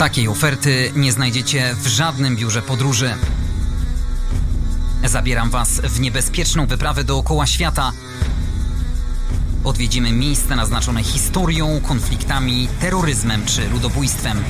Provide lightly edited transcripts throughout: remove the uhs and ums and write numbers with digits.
Takiej oferty nie znajdziecie w żadnym biurze podróży. Zabieram Was w niebezpieczną wyprawę dookoła świata. Odwiedzimy miejsca naznaczone historią, konfliktami, terroryzmem czy ludobójstwem.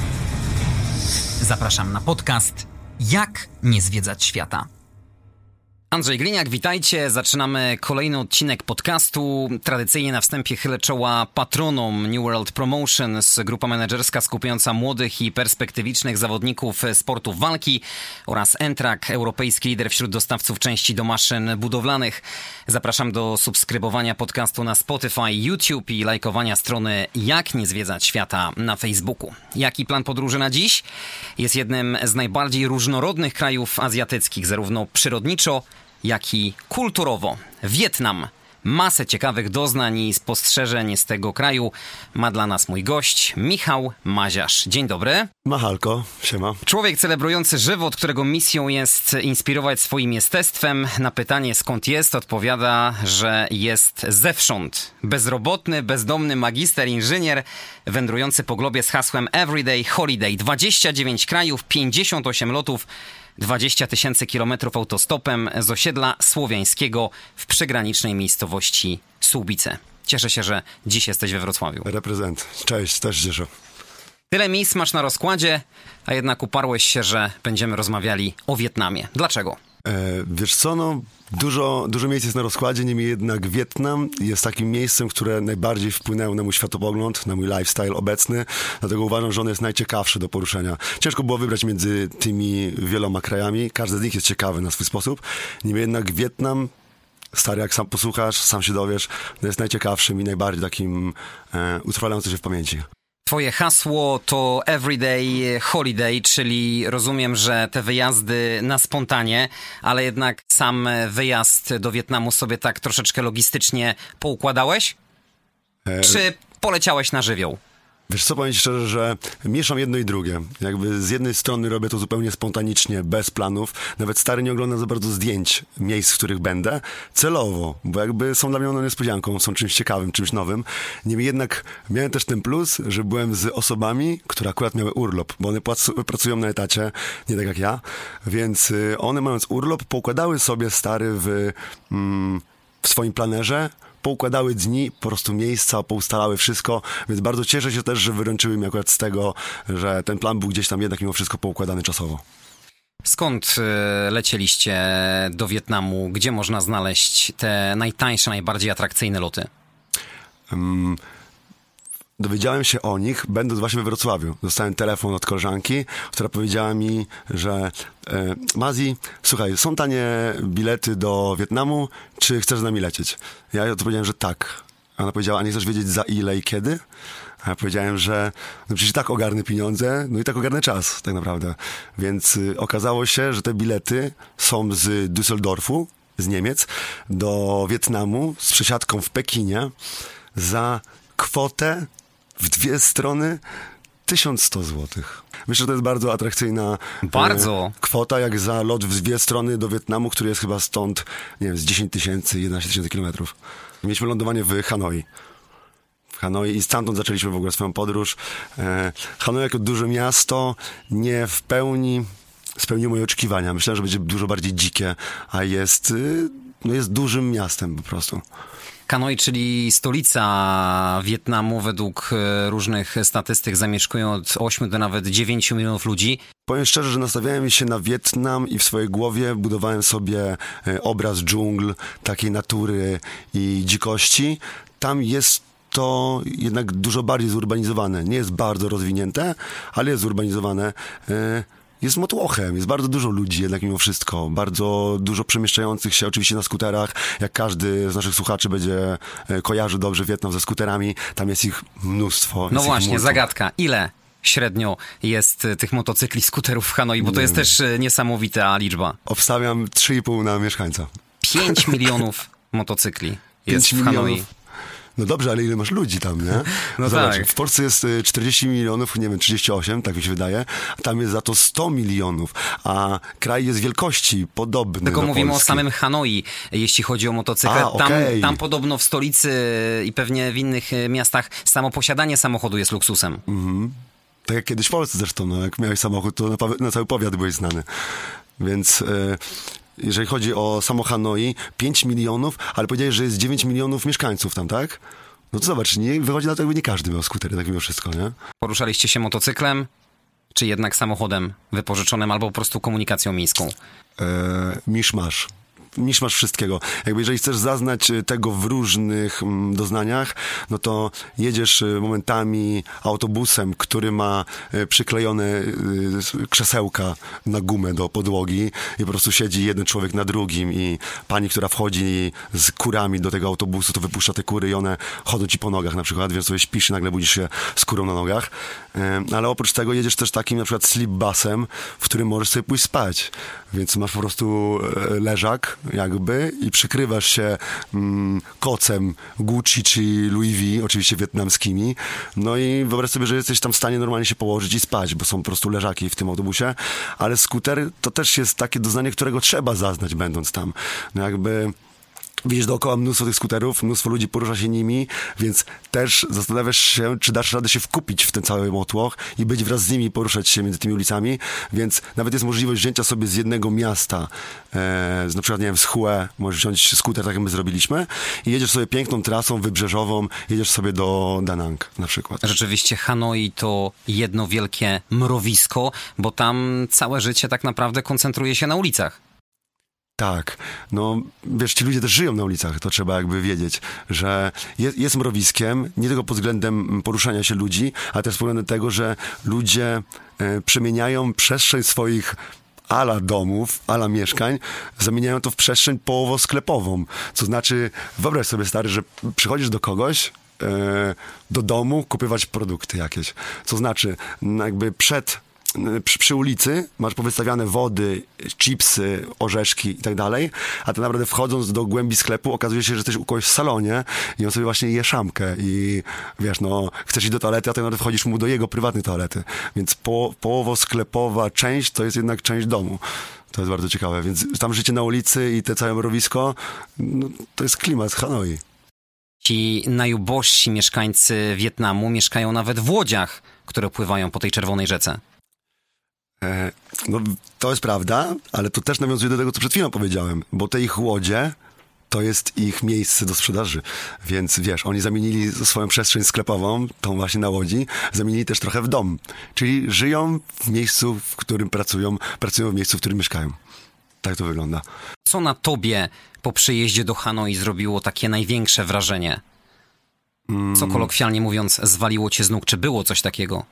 Zapraszam na podcast Jak nie zwiedzać świata. Andrzej Gliniak, witajcie. Zaczynamy kolejny odcinek podcastu. Tradycyjnie na wstępie chylę czoła patronom New World Promotions, grupa menedżerska skupiająca młodych i perspektywicznych zawodników sportów walki, oraz Entrak, europejski lider wśród dostawców części do maszyn budowlanych. Zapraszam do subskrybowania podcastu na Spotify, YouTube i lajkowania strony Jak nie zwiedzać świata na Facebooku. Jaki plan podróży na dziś? Jest jednym z najbardziej różnorodnych krajów azjatyckich, zarówno przyrodniczo, jak i kulturowo. Wietnam. Masę ciekawych doznań i spostrzeżeń z tego kraju ma dla nas mój gość, Michał Maziarz. Dzień dobry. Machalko, siema. Człowiek celebrujący żywot, którego misją jest inspirować swoim jestestwem. Na pytanie skąd jest, odpowiada, że jest zewsząd. Bezrobotny, bezdomny magister, inżynier, wędrujący po globie z hasłem Everyday Holiday. 29 krajów, 58 lotów, 20 000 kilometrów autostopem z osiedla słowiańskiego w przygranicznej miejscowości Słubice. Cieszę się, że dziś jesteś we Wrocławiu. Reprezent. Cześć, też cieszę. Tyle miejsc masz na rozkładzie, a jednak uparłeś się, że będziemy rozmawiali o Wietnamie. Dlaczego? Wiesz co, dużo miejsc jest na rozkładzie, niemniej jednak Wietnam jest takim miejscem, które najbardziej wpłynęło na mój światopogląd, na mój lifestyle obecny, dlatego uważam, że on jest najciekawszy do poruszenia. Ciężko było wybrać między tymi wieloma krajami, każdy z nich jest ciekawy na swój sposób, niemniej jednak Wietnam, stary, jak sam posłuchasz, sam się dowiesz, jest najciekawszym i najbardziej takim utrwalającym się w pamięci. Twoje hasło to Everyday Holiday, czyli rozumiem, że te wyjazdy na spontanie, ale jednak sam wyjazd do Wietnamu sobie tak troszeczkę logistycznie poukładałeś? Czy poleciałeś na żywioł? Wiesz co, powiem ci szczerze, że mieszam jedno i drugie. Jakby z jednej strony robię to zupełnie spontanicznie, bez planów. Nawet stary nie oglądam za bardzo zdjęć miejsc, w których będę, celowo, bo jakby są dla mnie one niespodzianką, są czymś ciekawym, czymś nowym. Niemniej jednak miałem też ten plus, że byłem z osobami, które akurat miały urlop, bo one pracują na etacie, nie tak jak ja, więc one mając urlop poukładały sobie, stary, w swoim planerze, poukładały dni, po prostu miejsca, poustalały wszystko, więc bardzo cieszę się też, że wyręczyły mi akurat z tego, że ten plan był gdzieś tam jednak mimo wszystko poukładany czasowo. Skąd lecieliście do Wietnamu? Gdzie można znaleźć te najtańsze, najbardziej atrakcyjne loty? Dowiedziałem się o nich, będąc właśnie we Wrocławiu. Dostałem telefon od koleżanki, która powiedziała mi, że Mazi, słuchaj, są tanie bilety do Wietnamu, czy chcesz z nami lecieć? Ja odpowiedziałem, że tak. Ona powiedziała, a nie chcesz wiedzieć za ile i kiedy? A ja powiedziałem, że przecież i tak ogarnę pieniądze, i tak ogarnę czas tak naprawdę. Więc okazało się, że te bilety są z Düsseldorfu, z Niemiec, do Wietnamu z przesiadką w Pekinie za kwotę w dwie strony 1100 zł. Myślę, że to jest bardzo atrakcyjna kwota, jak za lot w dwie strony do Wietnamu, który jest chyba stąd, nie wiem, z 10 000, 11 000 kilometrów. Mieliśmy lądowanie w Hanoi. I stamtąd zaczęliśmy w ogóle swoją podróż. Hanoi jako duże miasto nie w pełni spełniło moje oczekiwania. Myślałem, że będzie dużo bardziej dzikie, a jest dużym miastem po prostu. Hanoi, czyli stolica Wietnamu, według różnych statystyk zamieszkują od 8 do nawet 9 milionów ludzi. Powiem szczerze, że nastawiałem się na Wietnam i w swojej głowie budowałem sobie obraz dżungl, takiej natury i dzikości. Tam jest to jednak dużo bardziej zurbanizowane. Nie jest bardzo rozwinięte, ale jest zurbanizowane. Jest motłochem, jest bardzo dużo ludzi jednak mimo wszystko, bardzo dużo przemieszczających się oczywiście na skuterach, jak każdy z naszych słuchaczy będzie kojarzy dobrze Wietnam ze skuterami, tam jest ich mnóstwo. No właśnie, zagadka, ile średnio jest tych motocykli, skuterów w Hanoi, bo to jest też niesamowita liczba. Obstawiam 3,5 na mieszkańca. 5 milionów motocykli jest w Hanoi. No dobrze, ale ile masz ludzi tam, nie? No zobacz, tak. W Polsce jest 40 milionów, nie wiem, 38, tak mi się wydaje, a tam jest za to 100 milionów, a kraj jest wielkości podobny Tylko do mówimy Polski. o samym Hanoi, jeśli chodzi o motocyklet. Tam podobno w stolicy i pewnie w innych miastach samo posiadanie samochodu jest luksusem. Tak jak kiedyś w Polsce zresztą, no, jak miałeś samochód, to na cały powiat byłeś znany. Więc jeżeli chodzi o samo Hanoi, 5 milionów, ale powiedziałeś, że jest 9 milionów mieszkańców tam, tak? No to zobacz, wychodzi na to, jakby nie każdy miał skutery, tak mimo wszystko, nie? Poruszaliście się motocyklem, czy jednak samochodem wypożyczonym, albo po prostu komunikacją miejską? Miszmasz wszystkiego. Jakby jeżeli chcesz zaznać tego w różnych doznaniach, no to jedziesz momentami autobusem, który ma przyklejone krzesełka na gumę do podłogi i po prostu siedzi jeden człowiek na drugim i pani, która wchodzi z kurami do tego autobusu, to wypuszcza te kury i one chodzą ci po nogach na przykład, więc sobie śpisz i nagle budzisz się z kurą na nogach. Ale oprócz tego jedziesz też takim na przykład sleep busem, w którym możesz sobie pójść spać. Więc masz po prostu leżak jakby i przykrywasz się kocem Gucci czy Louis V, oczywiście wietnamskimi. No i wyobraź sobie, że jesteś tam w stanie normalnie się położyć i spać, bo są po prostu leżaki w tym autobusie. Ale skuter to też jest takie doznanie, którego trzeba zaznać będąc tam. No jakby... Widzisz dookoła mnóstwo tych skuterów, mnóstwo ludzi porusza się nimi, więc też zastanawiasz się, czy dasz radę się wkupić w ten cały motłoch i być wraz z nimi, poruszać się między tymi ulicami, więc nawet jest możliwość wzięcia sobie z jednego miasta, na przykład, nie wiem, z Hue, możesz wziąć skuter, tak jak my zrobiliśmy, i jedziesz sobie piękną trasą wybrzeżową, jedziesz sobie do Da Nang na przykład. Rzeczywiście Hanoi to jedno wielkie mrowisko, bo tam całe życie tak naprawdę koncentruje się na ulicach. Tak, no wiesz, ci ludzie też żyją na ulicach, to trzeba jakby wiedzieć, że jest mrowiskiem, nie tylko pod względem poruszania się ludzi, ale też pod względem tego, że ludzie przemieniają przestrzeń swoich ala domów, ala mieszkań, zamieniają to w przestrzeń połowo-sklepową. Co znaczy, wyobraź sobie, stary, że przychodzisz do kogoś, do domu, kupować produkty jakieś. Co znaczy, jakby przy ulicy masz powystawiane wody, chipsy, orzeszki i tak dalej, a tak naprawdę wchodząc do głębi sklepu okazuje się, że jesteś u kogoś w salonie i on sobie właśnie je szamkę i wiesz, no chcesz iść do toalety, a tak naprawdę wchodzisz mu do jego prywatnej toalety. Więc połowo-sklepowa część to jest jednak część domu. To jest bardzo ciekawe, więc tam życie na ulicy i te całe mrowisko, no, to jest klimat Hanoi. Ci najubożsi mieszkańcy Wietnamu mieszkają nawet w łodziach, które pływają po tej czerwonej rzece. No, to jest prawda, ale to też nawiązuje do tego, co przed chwilą powiedziałem, bo te ich łodzie to jest ich miejsce do sprzedaży, więc wiesz, oni zamienili swoją przestrzeń sklepową, tą właśnie na łodzi, zamienili też trochę w dom, czyli żyją w miejscu, w którym pracują w miejscu, w którym mieszkają. Tak to wygląda. Co na tobie po przyjeździe do Hanoi zrobiło takie największe wrażenie? Co kolokwialnie mówiąc zwaliło cię z nóg? Czy było coś takiego?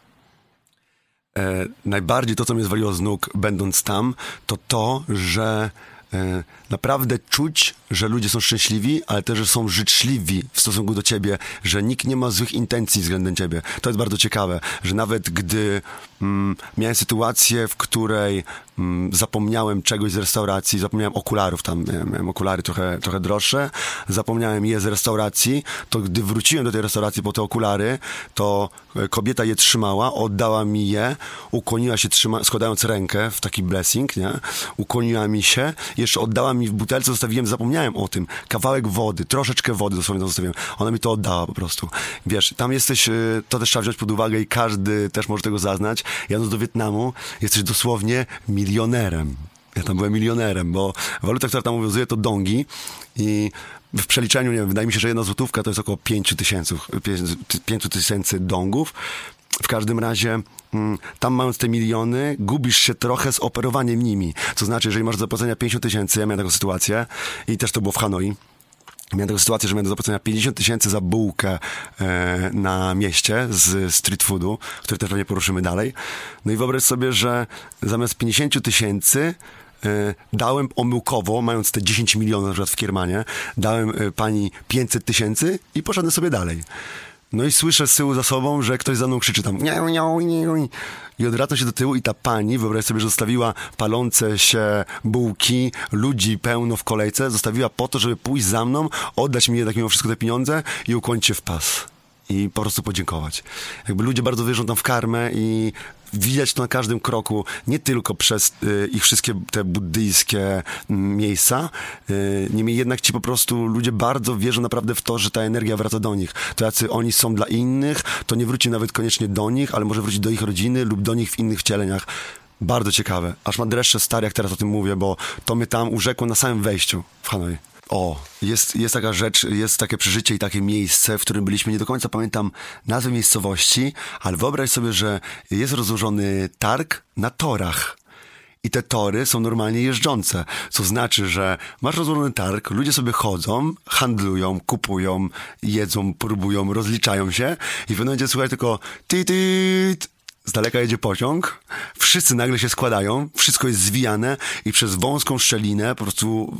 Najbardziej to, co mnie zwaliło z nóg, będąc tam, to, że naprawdę czuć, że ludzie są szczęśliwi, ale też, że są życzliwi w stosunku do ciebie, że nikt nie ma złych intencji względem ciebie. To jest bardzo ciekawe, że nawet gdy miałem sytuację, w której zapomniałem czegoś z restauracji, zapomniałem okularów, tam miałem okulary trochę droższe, zapomniałem je z restauracji, to gdy wróciłem do tej restauracji po te okulary, to kobieta je trzymała, oddała mi je, ukłoniła się, składając rękę w taki blessing, nie? Ukłoniła mi się, jeszcze oddała mi w butelce, zapomniałem o tym, kawałek wody, troszeczkę wody dosłownie tam zostawiłem. Ona mi to oddała po prostu. Wiesz, tam jesteś, to też trzeba wziąć pod uwagę i każdy też może tego zaznać. Jadąc do Wietnamu, jesteś dosłownie milionerem. Ja tam byłem milionerem, bo waluta, która tam obowiązuje, to dongi i w przeliczeniu, nie wiem, wydaje mi się, że 1 złotówka to jest około 5 tysięcy dongów. W każdym razie tam mając te miliony, gubisz się trochę z operowaniem nimi. Co znaczy, jeżeli masz do zapłacenia 50 tysięcy, ja miałem taką sytuację i też to było w Hanoi, miałem taką sytuację, że miałem do zapłacenia 50 tysięcy za bułkę na mieście z street foodu, który też pewnie poruszymy dalej. No i wyobraź sobie, że zamiast 50 tysięcy dałem omyłkowo, mając te 10 milionów na przykład w Kiermanie, dałem pani 500 tysięcy i poszedłem sobie dalej. No i słyszę z tyłu za sobą, że ktoś za mną krzyczy tam i odwracam się do tyłu i ta pani, wyobraź sobie, że zostawiła palące się bułki, ludzi pełno w kolejce, zostawiła po to, żeby pójść za mną, oddać mi jednak mimo wszystko te pieniądze i ukłonić się w pas. i po prostu podziękować. Jakby ludzie bardzo wierzą tam w karmę i widać to na każdym kroku, nie tylko przez ich wszystkie te buddyjskie miejsca, niemniej jednak ci po prostu ludzie bardzo wierzą naprawdę w to, że ta energia wraca do nich. To jacy oni są dla innych, to nie wróci nawet koniecznie do nich, ale może wrócić do ich rodziny lub do nich w innych wcieleniach. Bardzo ciekawe. Aż mam dreszcze stary, jak teraz o tym mówię, bo to mnie tam urzekło na samym wejściu w Hanoi. Jest taka rzecz, jest takie przeżycie i takie miejsce, w którym byliśmy, nie do końca pamiętam nazwy miejscowości, ale wyobraź sobie, że jest rozłożony targ na torach. I te tory są normalnie jeżdżące, co znaczy, że masz rozłożony targ, ludzie sobie chodzą, handlują, kupują, jedzą, próbują, rozliczają się i w pewnym momencie słuchaj tylko z daleka jedzie pociąg, wszyscy nagle się składają, wszystko jest zwijane i przez wąską szczelinę po prostu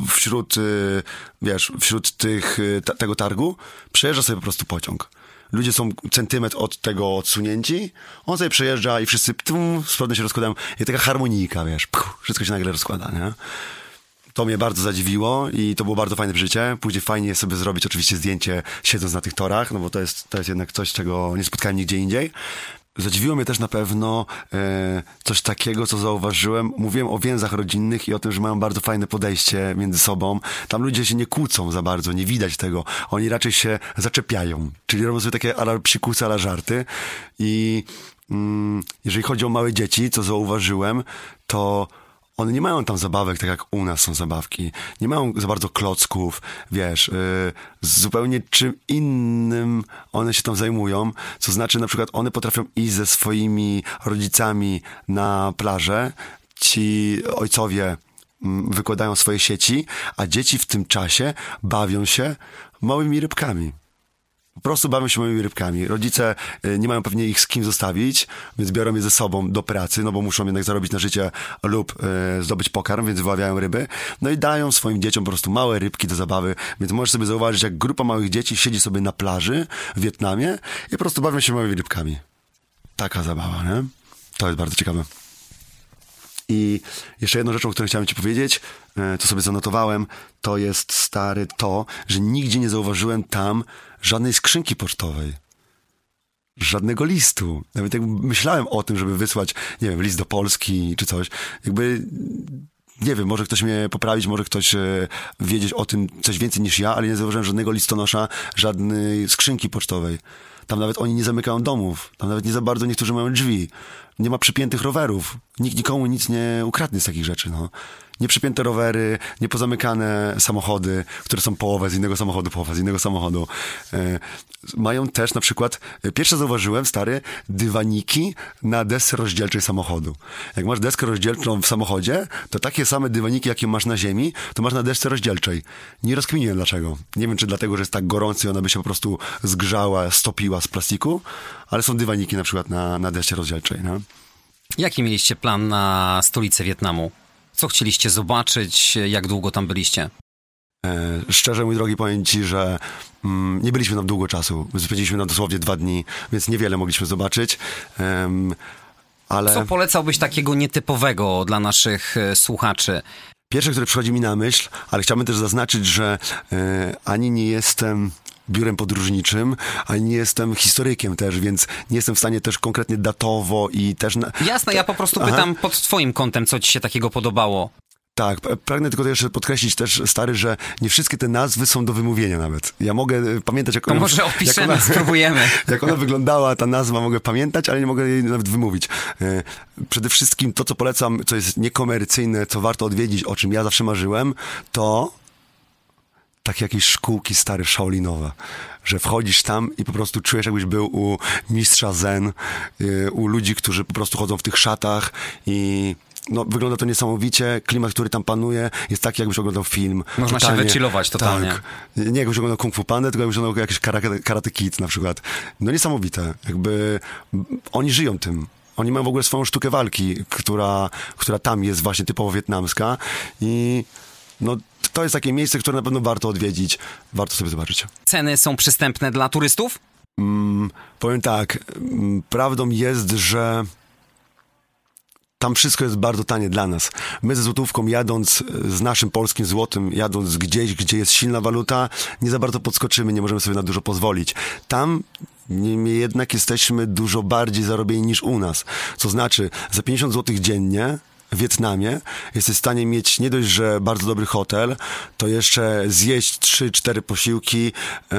wśród tego targu przejeżdża sobie po prostu pociąg. Ludzie są centymetr od tego odsunięci, on sobie przejeżdża i wszyscy z powrotem się rozkładają. I taka harmonika, wszystko się nagle rozkłada, nie? To mnie bardzo zadziwiło i to było bardzo fajne przeżycie. Później fajnie jest sobie zrobić oczywiście zdjęcie siedząc na tych torach, no bo to jest jednak coś, czego nie spotkałem nigdzie indziej. Zadziwiło mnie też na pewno coś takiego, co zauważyłem. Mówiłem o więzach rodzinnych i o tym, że mają bardzo fajne podejście między sobą. Tam ludzie się nie kłócą za bardzo, nie widać tego. Oni raczej się zaczepiają, czyli robią sobie takie psikusy, żarty. I jeżeli chodzi o małe dzieci, co zauważyłem, to one nie mają tam zabawek, tak jak u nas są zabawki. Nie mają za bardzo klocków, zupełnie czym innym one się tam zajmują. Co znaczy, na przykład one potrafią iść ze swoimi rodzicami na plażę. Ci ojcowie wykładają swoje sieci, a dzieci w tym czasie bawią się małymi rybkami. Po prostu bawią się małymi rybkami. Rodzice nie mają pewnie ich z kim zostawić, więc biorą je ze sobą do pracy, no bo muszą jednak zarobić na życie lub zdobyć pokarm, więc wyławiają ryby. No i dają swoim dzieciom po prostu małe rybki do zabawy. Więc możesz sobie zauważyć, jak grupa małych dzieci siedzi sobie na plaży w Wietnamie i po prostu bawią się małymi rybkami. Taka zabawa, nie? To jest bardzo ciekawe. I jeszcze jedną rzeczą, o której chciałem ci powiedzieć, to sobie zanotowałem, to jest stary to, że nigdzie nie zauważyłem tam żadnej skrzynki pocztowej. Żadnego listu. Nawet jakby myślałem o tym, żeby wysłać, nie wiem, list do Polski czy coś. Jakby, nie wiem, może ktoś mnie poprawić, może ktoś wiedzieć o tym coś więcej niż ja, ale nie zauważyłem żadnego listonosza, żadnej skrzynki pocztowej. Tam nawet oni nie zamykają domów. Tam nawet nie za bardzo niektórzy mają drzwi. Nie ma przypiętych rowerów. Nikt nikomu nic nie ukradnie z takich rzeczy, no. Nieprzypięte rowery, niepozamykane samochody, które są połowę z innego samochodu, połowę z innego samochodu. Mają też na przykład, pierwsze zauważyłem, stary, dywaniki na desce rozdzielczej samochodu. Jak masz deskę rozdzielczą w samochodzie, to takie same dywaniki, jakie masz na ziemi, to masz na desce rozdzielczej. Nie rozkminiłem dlaczego. Nie wiem, czy dlatego, że jest tak gorący i ona by się po prostu zgrzała, stopiła z plastiku, ale są dywaniki na przykład na desce rozdzielczej, no. Jaki mieliście plan na stolicę Wietnamu? Co chcieliście zobaczyć? Jak długo tam byliście? Szczerze, mój drogi, powiem ci, że nie byliśmy tam długo czasu. Spędziliśmy tam dosłownie 2 dni, więc niewiele mogliśmy zobaczyć. Ale... Co polecałbyś takiego nietypowego dla naszych słuchaczy? Pierwsze, które przychodzi mi na myśl, ale chciałbym też zaznaczyć, że ani nie jestem biurem podróżniczym, ani nie jestem historykiem też, więc nie jestem w stanie też konkretnie datowo i też... Jasne, ja po prostu pytam pod twoim kątem, co ci się takiego podobało. Tak, pragnę tylko jeszcze podkreślić też, stary, że nie wszystkie te nazwy są do wymówienia nawet. Ja mogę pamiętać, jak to ona... może opiszemy, spróbujemy. Jak ona wyglądała, ta nazwa mogę pamiętać, ale nie mogę jej nawet wymówić. Przede wszystkim to, co polecam, co jest niekomercyjne, co warto odwiedzić, o czym ja zawsze marzyłem, to takie jakieś szkółki stare shaolinowe, że wchodzisz tam i po prostu czujesz, jakbyś był u mistrza zen, u ludzi, którzy po prostu chodzą w tych szatach i no, wygląda to niesamowicie. Klimat, który tam panuje, jest taki, jakbyś oglądał film. Można totalnie się wychillować totalnie. Tak. Nie jakbyś oglądał Kung Fu Pandę, tylko jakbyś oglądał jakieś Karate Kid na przykład. No niesamowite. Jakby oni żyją tym. Oni mają w ogóle swoją sztukę walki, która tam jest właśnie typowo wietnamska i no to jest takie miejsce, które na pewno warto odwiedzić, warto sobie zobaczyć. Ceny są przystępne dla turystów? Powiem tak, prawdą jest, że tam wszystko jest bardzo tanie dla nas. My ze złotówką jadąc, z naszym polskim złotym, jadąc gdzieś, gdzie jest silna waluta, nie za bardzo podskoczymy, nie możemy sobie na dużo pozwolić. Tam Niemniej jednak jesteśmy dużo bardziej zarobieni niż u nas. Co znaczy, za 50 zł dziennie w Wietnamie jesteś w stanie mieć nie dość, że bardzo dobry hotel, to jeszcze zjeść 3-4 posiłki,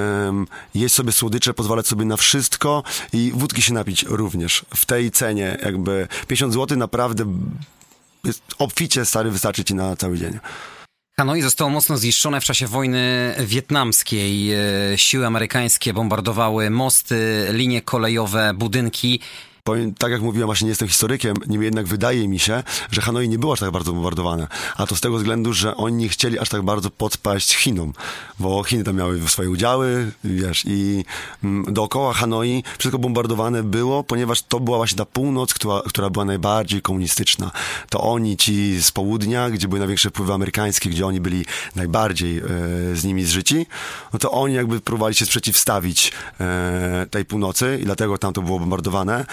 jeść sobie słodycze, pozwalać sobie na wszystko i wódki się napić również. W tej cenie jakby 50 zł naprawdę jest obficie, stary, wystarczy ci na cały dzień. Hanoi zostało mocno zniszczone w czasie wojny wietnamskiej. Siły amerykańskie bombardowały mosty, linie kolejowe, budynki. Powiem, tak jak mówiłem, właśnie nie jestem historykiem, niemniej jednak wydaje mi się, że Hanoi nie było aż tak bardzo bombardowane. A to z tego względu, że oni nie chcieli aż tak bardzo podpaść Chinom, bo Chiny tam miały swoje udziały, wiesz, i dookoła Hanoi wszystko bombardowane było, ponieważ to była właśnie ta północ, która była najbardziej komunistyczna. To oni, ci z południa, gdzie były największe wpływy amerykańskie, gdzie oni byli najbardziej z nimi zżyci, no to oni jakby próbowali się przeciwstawić tej północy i dlatego tam to było bombardowane.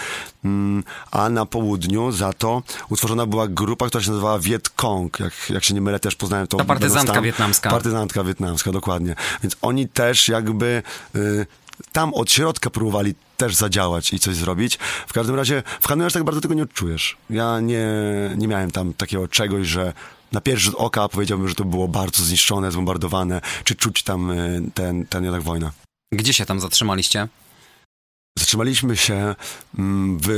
A na południu za to utworzona była grupa, która się nazywała Viet Cong. Jak się nie mylę, też poznałem to. Ta partyzantka wietnamska. Partyzantka wietnamska, dokładnie. Więc oni też jakby tam od środka próbowali też zadziałać i coś zrobić. W każdym razie w Hanoi aż tak bardzo tego nie odczujesz. Ja nie miałem tam takiego czegoś, że na pierwszy rzut oka powiedziałbym, że to było bardzo zniszczone, zbombardowane, czy czuć tam ten jednak wojna. Gdzie się tam zatrzymaliście? Zatrzymaliśmy się w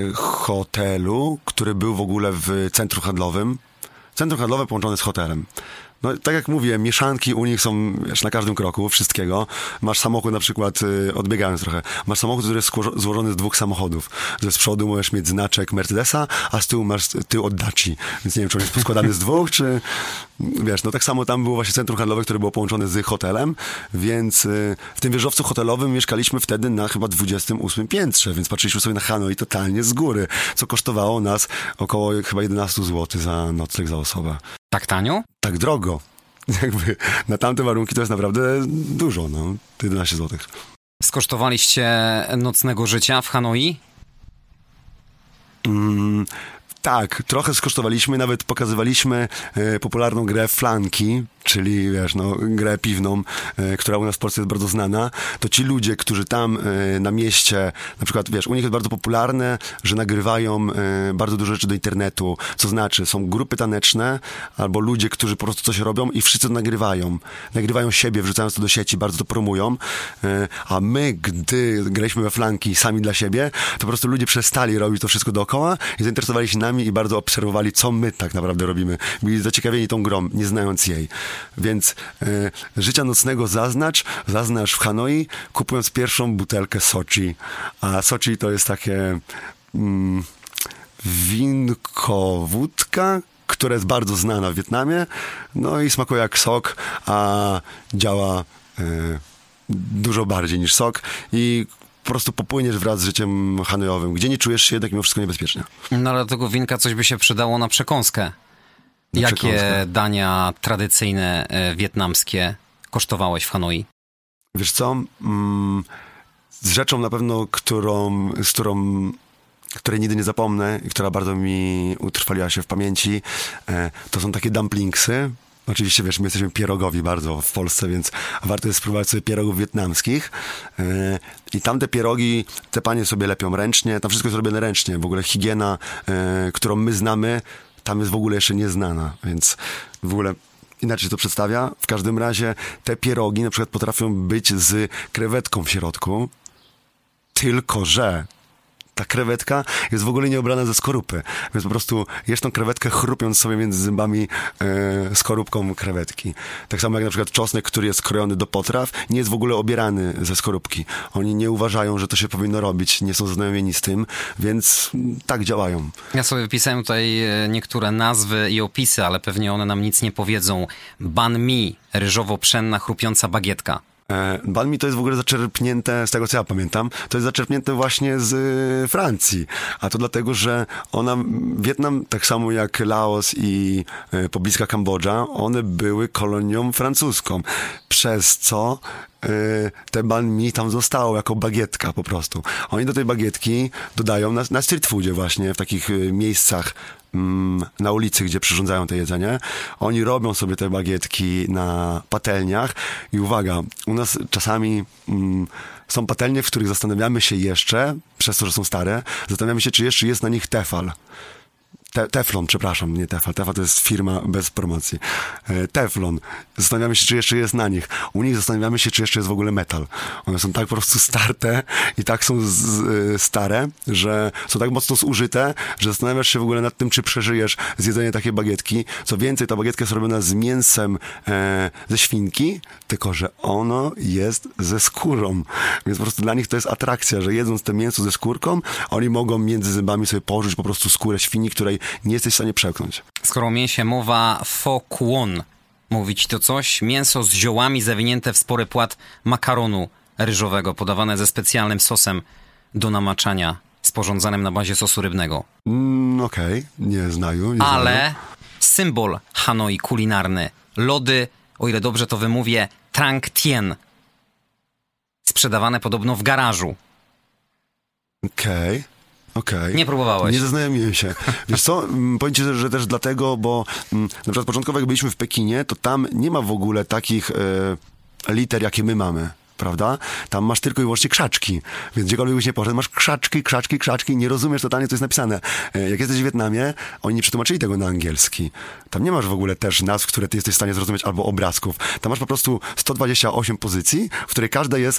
hotelu, który był w ogóle w centrum handlowym. Centrum handlowe połączone z hotelem. No, tak jak mówię, mieszanki u nich są, wiesz, na każdym kroku, wszystkiego. Masz samochód na przykład, odbiegając trochę, masz samochód, który jest złożony z 2 samochodów. Że z przodu możesz mieć znaczek Mercedesa, a z tyłu masz tył od Daci. Więc nie wiem, czy on jest poskładany z 2, czy... Wiesz, no tak samo tam było właśnie centrum handlowe, które było połączone z hotelem, więc w tym wieżowcu hotelowym mieszkaliśmy wtedy na chyba 28 piętrze, więc patrzyliśmy sobie na Hanoi totalnie z góry, co kosztowało nas około chyba 11 zł za nocleg za osobę. Tak tanio? Tak drogo. Jakby na tamte warunki to jest naprawdę dużo, no. 11 zł. Skosztowaliście nocnego życia w Hanoi? Tak, trochę skosztowaliśmy, nawet pokazywaliśmy popularną grę Flanki, czyli wiesz, no, grę piwną, która u nas w Polsce jest bardzo znana. To ci ludzie, którzy tam na mieście, na przykład, wiesz, u nich jest bardzo popularne, że nagrywają bardzo dużo rzeczy do internetu, co znaczy, są grupy taneczne albo ludzie, którzy po prostu coś robią i wszyscy to nagrywają. Nagrywają siebie, wrzucając to do sieci, bardzo to promują, a my, gdy graliśmy we Flanki sami dla siebie, to po prostu ludzie przestali robić to wszystko dookoła i zainteresowali się nami i bardzo obserwowali, co my tak naprawdę robimy. Byli zaciekawieni tą grą, nie znając jej. Więc życia nocnego zaznacz w Hanoi, kupując pierwszą butelkę Sochi. A Sochi to jest takie winko, wódka, która jest bardzo znana w Wietnamie. No i smakuje jak sok, a działa dużo bardziej niż sok i po prostu popłyniesz wraz z życiem hanojowym, gdzie nie czujesz się jednak mimo wszystko niebezpiecznie. No ale do tego winka coś by się przydało na przekąskę. Jakie dania tradycyjne wietnamskie kosztowałeś w Hanoi? Wiesz co? Z rzeczą na pewno, której nigdy nie zapomnę i która bardzo mi utrwaliła się w pamięci, to są takie dumplingsy. Oczywiście, wiesz, my jesteśmy pierogowi bardzo w Polsce, więc warto jest spróbować sobie pierogów wietnamskich. I tamte pierogi, te panie sobie lepią ręcznie, tam wszystko jest robione ręcznie. W ogóle higiena, którą my znamy, tam jest w ogóle jeszcze nieznana, więc w ogóle inaczej się to przedstawia. W każdym razie te pierogi na przykład potrafią być z krewetką w środku, tylko że ta krewetka jest w ogóle nieobrana ze skorupy. Więc po prostu jesz tą krewetkę chrupiąc sobie między zębami skorupką krewetki. Tak samo jak na przykład czosnek, który jest krojony do potraw, nie jest w ogóle obierany ze skorupki. Oni nie uważają, że to się powinno robić, nie są zaznajomieni z tym, więc tak działają. Ja sobie wypisałem tutaj niektóre nazwy i opisy, ale pewnie one nam nic nie powiedzą. Banh mi, ryżowo-pszenna, chrupiąca bagietka. Banh mi to jest w ogóle zaczerpnięte, z tego co ja pamiętam, to jest zaczerpnięte właśnie z Francji. A to dlatego, że Wietnam, tak samo jak Laos i pobliska Kambodża, one były kolonią francuską. Przez co te banh mi tam zostało jako bagietka po prostu. Oni do tej bagietki dodają na street foodzie właśnie, w takich miejscach na ulicy, gdzie przyrządzają te jedzenie. Oni robią sobie te bagietki na patelniach i uwaga, u nas czasami są patelnie, w których zastanawiamy się jeszcze, przez to, że są stare, zastanawiamy się, czy jeszcze jest na nich tefal. Teflon, przepraszam, nie Tefal. Tefal to jest firma bez promocji. Teflon. Zastanawiamy się, czy jeszcze jest na nich. U nich zastanawiamy się, czy jeszcze jest w ogóle metal. One są tak po prostu starte i tak są stare, że są tak mocno zużyte, że zastanawiasz się w ogóle nad tym, czy przeżyjesz zjedzenie takiej bagietki. Co więcej, ta bagietka jest robiona z mięsem ze świnki, tylko że ono jest ze skórą. Więc po prostu dla nich to jest atrakcja, że jedząc to mięso ze skórką, oni mogą między zębami sobie położyć po prostu skórę świni, której nie jesteś w stanie przełknąć. Skoro o mięsie mowa, pho kwon. Mówi ci to coś? Mięso z ziołami zawinięte w spory płat makaronu ryżowego, podawane ze specjalnym sosem do namaczania, sporządzanym na bazie sosu rybnego. Okej, nie znają. Ale symbol Hanoi kulinarny. Lody, o ile dobrze to wymówię, Trang Tien. Sprzedawane podobno w garażu. Okej. Nie próbowałeś. Nie zaznajomiłem się. Wiesz co, powiem ci, że też dlatego, bo na przykład początkowo jak byliśmy w Pekinie, to tam nie ma w ogóle takich liter, jakie my mamy. Prawda? Tam masz tylko i wyłącznie krzaczki. Więc gdziekolwiek byś nie poszedł, masz krzaczki, nie rozumiesz totalnie, co jest napisane. Jak jesteś w Wietnamie, oni nie przetłumaczyli tego na angielski. Tam nie masz w ogóle też nazw, które ty jesteś w stanie zrozumieć, albo obrazków. Tam masz po prostu 128 pozycji, w której każda jest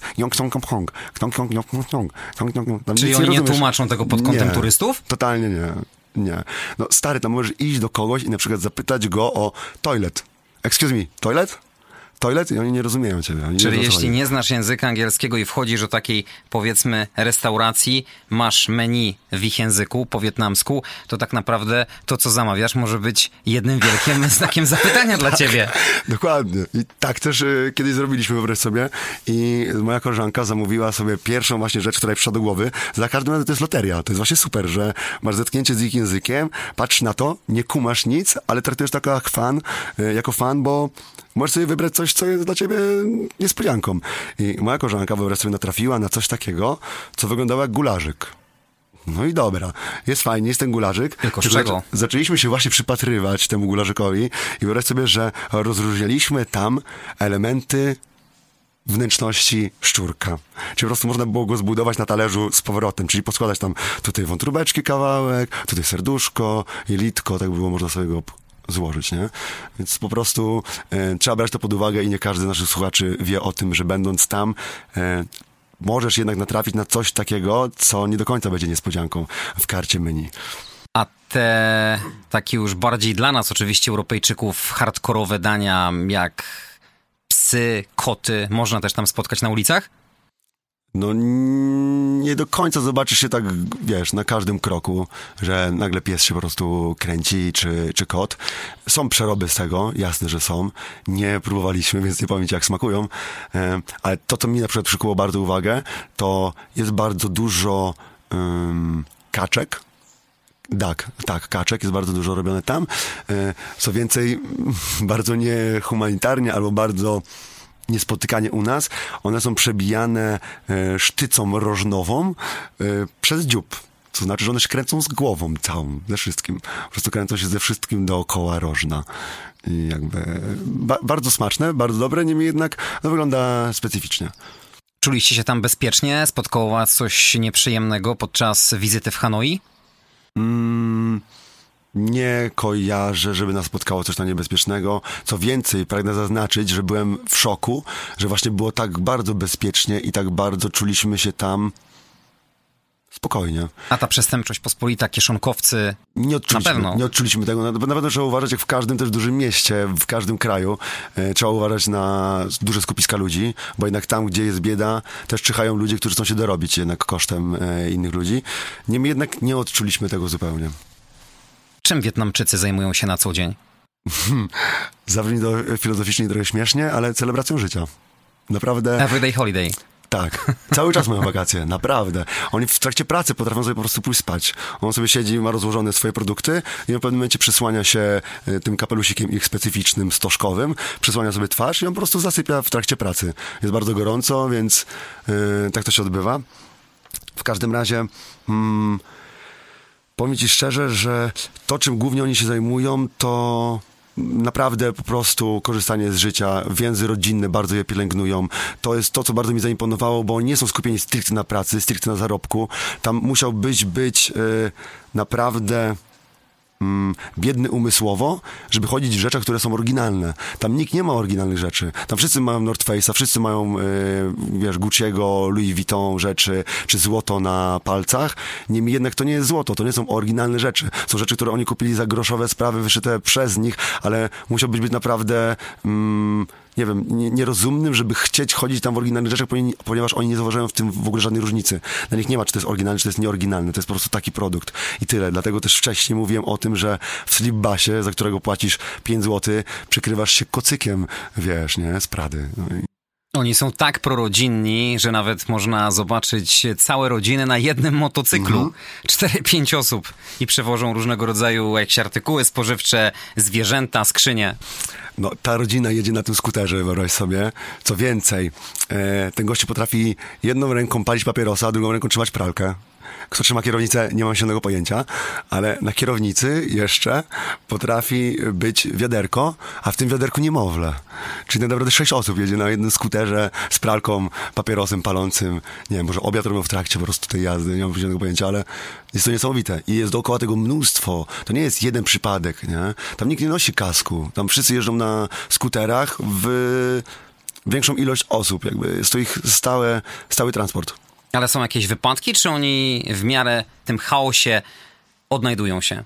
Czyli oni nie tłumaczą tego pod kątem turystów? Totalnie nie. No stary, tam możesz iść do kogoś i na przykład zapytać go o toilet. Excuse me, toilet? I oni nie rozumieją ciebie. Czyli jeśli nie znasz języka angielskiego i wchodzisz do takiej, powiedzmy, restauracji, masz menu w ich języku, po wietnamsku, to tak naprawdę to, co zamawiasz, może być jednym wielkim znakiem zapytania dla ciebie. Dokładnie. I tak też kiedyś zrobiliśmy, wyobraź sobie. I moja koleżanka zamówiła sobie pierwszą właśnie rzecz, która jej przyszła do głowy. Za każdym razem to jest loteria. To jest właśnie super, że masz zetknięcie z ich językiem, patrz na to, nie kumasz nic, ale traktujesz to jako fan, bo możesz sobie wybrać coś, co jest dla ciebie niespodzianką. I moja koleżanka, wyobraź sobie, natrafiła na coś takiego, co wyglądało jak gularzyk. No i dobra, jest fajnie, jest ten gularzyk. Tylko z czego? Zaczęliśmy się właśnie przypatrywać temu gularzykowi i wyobraź sobie, że rozróżnialiśmy tam elementy wnętrzności szczurka. Czyli po prostu można było go zbudować na talerzu z powrotem, czyli poskładać tam tutaj wątróbeczki kawałek, tutaj serduszko, jelitko, tak było można sobie go złożyć, nie? Więc po prostu trzeba brać to pod uwagę i nie każdy z naszych słuchaczy wie o tym, że będąc tam możesz jednak natrafić na coś takiego, co nie do końca będzie niespodzianką w karcie menu. A te takie już bardziej dla nas oczywiście Europejczyków hardkorowe dania jak psy, koty, można też tam spotkać na ulicach? No nie do końca zobaczysz się tak, wiesz, na każdym kroku, że nagle pies się po prostu kręci, czy kot. Są przeroby z tego, jasne, że są. Nie próbowaliśmy, więc nie powiem ci, jak smakują. Ale to, co mi na przykład przykuło bardzo uwagę, to jest bardzo dużo kaczek. Tak, kaczek jest bardzo dużo robione tam. Co więcej, bardzo niehumanitarnie albo bardzo niespotykanie u nas, one są przebijane sztycą rożnową przez dziób. To znaczy, że one się kręcą z głową całą, ze wszystkim. Po prostu kręcą się ze wszystkim dookoła rożna. I jakby bardzo smaczne, bardzo dobre, niemniej jednak wygląda specyficznie. Czuliście się tam bezpiecznie? Spotkało was coś nieprzyjemnego podczas wizyty w Hanoi? Nie kojarzę, żeby nas spotkało coś tam niebezpiecznego. Co więcej, pragnę zaznaczyć, że byłem w szoku, że właśnie było tak bardzo bezpiecznie i tak bardzo czuliśmy się tam spokojnie. A ta przestępczość pospolita, kieszonkowcy, nie odczuliśmy, na pewno. Nie odczuliśmy tego. Na pewno trzeba uważać, jak w każdym też dużym mieście, w każdym kraju. Trzeba uważać na duże skupiska ludzi, bo jednak tam, gdzie jest bieda, też czyhają ludzie, którzy chcą się dorobić jednak kosztem innych ludzi. Niemniej jednak nie odczuliśmy tego zupełnie. Czym Wietnamczycy zajmują się na co dzień? Zabrzmi to filozoficznie i trochę śmiesznie, ale celebracją życia. Naprawdę. Everyday holiday. Tak, cały czas mają wakacje, naprawdę. Oni w trakcie pracy potrafią sobie po prostu pójść spać. On sobie siedzi, ma rozłożone swoje produkty i w pewnym momencie przysłania się tym kapelusikiem ich specyficznym, stożkowym, przysłania sobie twarz i on po prostu zasypia w trakcie pracy. Jest bardzo gorąco, więc tak to się odbywa. W każdym razie powiem ci szczerze, że to, czym głównie oni się zajmują, to naprawdę po prostu korzystanie z życia, więzy rodzinne bardzo je pielęgnują. To jest to, co bardzo mi zaimponowało, bo oni nie są skupieni stricte na pracy, stricte na zarobku. Tam musiał być naprawdę biedny umysłowo, żeby chodzić w rzeczach, które są oryginalne. Tam nikt nie ma oryginalnych rzeczy. Tam wszyscy mają North Face'a, wszyscy mają Gucci'ego, Louis Vuitton rzeczy, czy złoto na palcach. Niemniej jednak to nie jest złoto, to nie są oryginalne rzeczy. Są rzeczy, które oni kupili za groszowe sprawy, wyszyte przez nich, ale musiał być naprawdę nie wiem, nierozumnym, żeby chcieć chodzić tam w oryginalnych rzeczach, ponieważ oni nie zauważają w tym w ogóle żadnej różnicy. Dla nich nie ma, czy to jest oryginalne, czy to jest nieoryginalne. To jest po prostu taki produkt. I tyle. Dlatego też wcześniej mówiłem o tym, że w Slipbasie, za którego płacisz 5 zł, przykrywasz się kocykiem, wiesz, nie? Z Prady. No i... Oni są tak prorodzinni, że nawet można zobaczyć całe rodziny na jednym motocyklu. 4-5 osób i przewożą różnego rodzaju jakieś artykuły spożywcze, zwierzęta, skrzynie. No, ta rodzina jedzie na tym skuterze, wyobraź sobie. Co więcej, ten gościu potrafi jedną ręką palić papierosa, drugą ręką trzymać pralkę. Kto trzyma kierownicę, nie mam zielonego pojęcia, ale na kierownicy jeszcze potrafi być wiaderko, a w tym wiaderku niemowlę. Czyli tak naprawdę 6 osób jedzie na jednym skuterze z pralką, papierosem palącym. Nie wiem, może obiad robią w trakcie po prostu tej jazdy, nie mam zielonego pojęcia, ale jest to niesamowite. I jest dookoła tego mnóstwo. To nie jest jeden przypadek, nie? Tam nikt nie nosi kasku. Tam wszyscy jeżdżą na skuterach w większą ilość osób. Jakby jest to ich stały transport. Ale są jakieś wypadki, czy oni w miarę tym chaosie odnajdują się?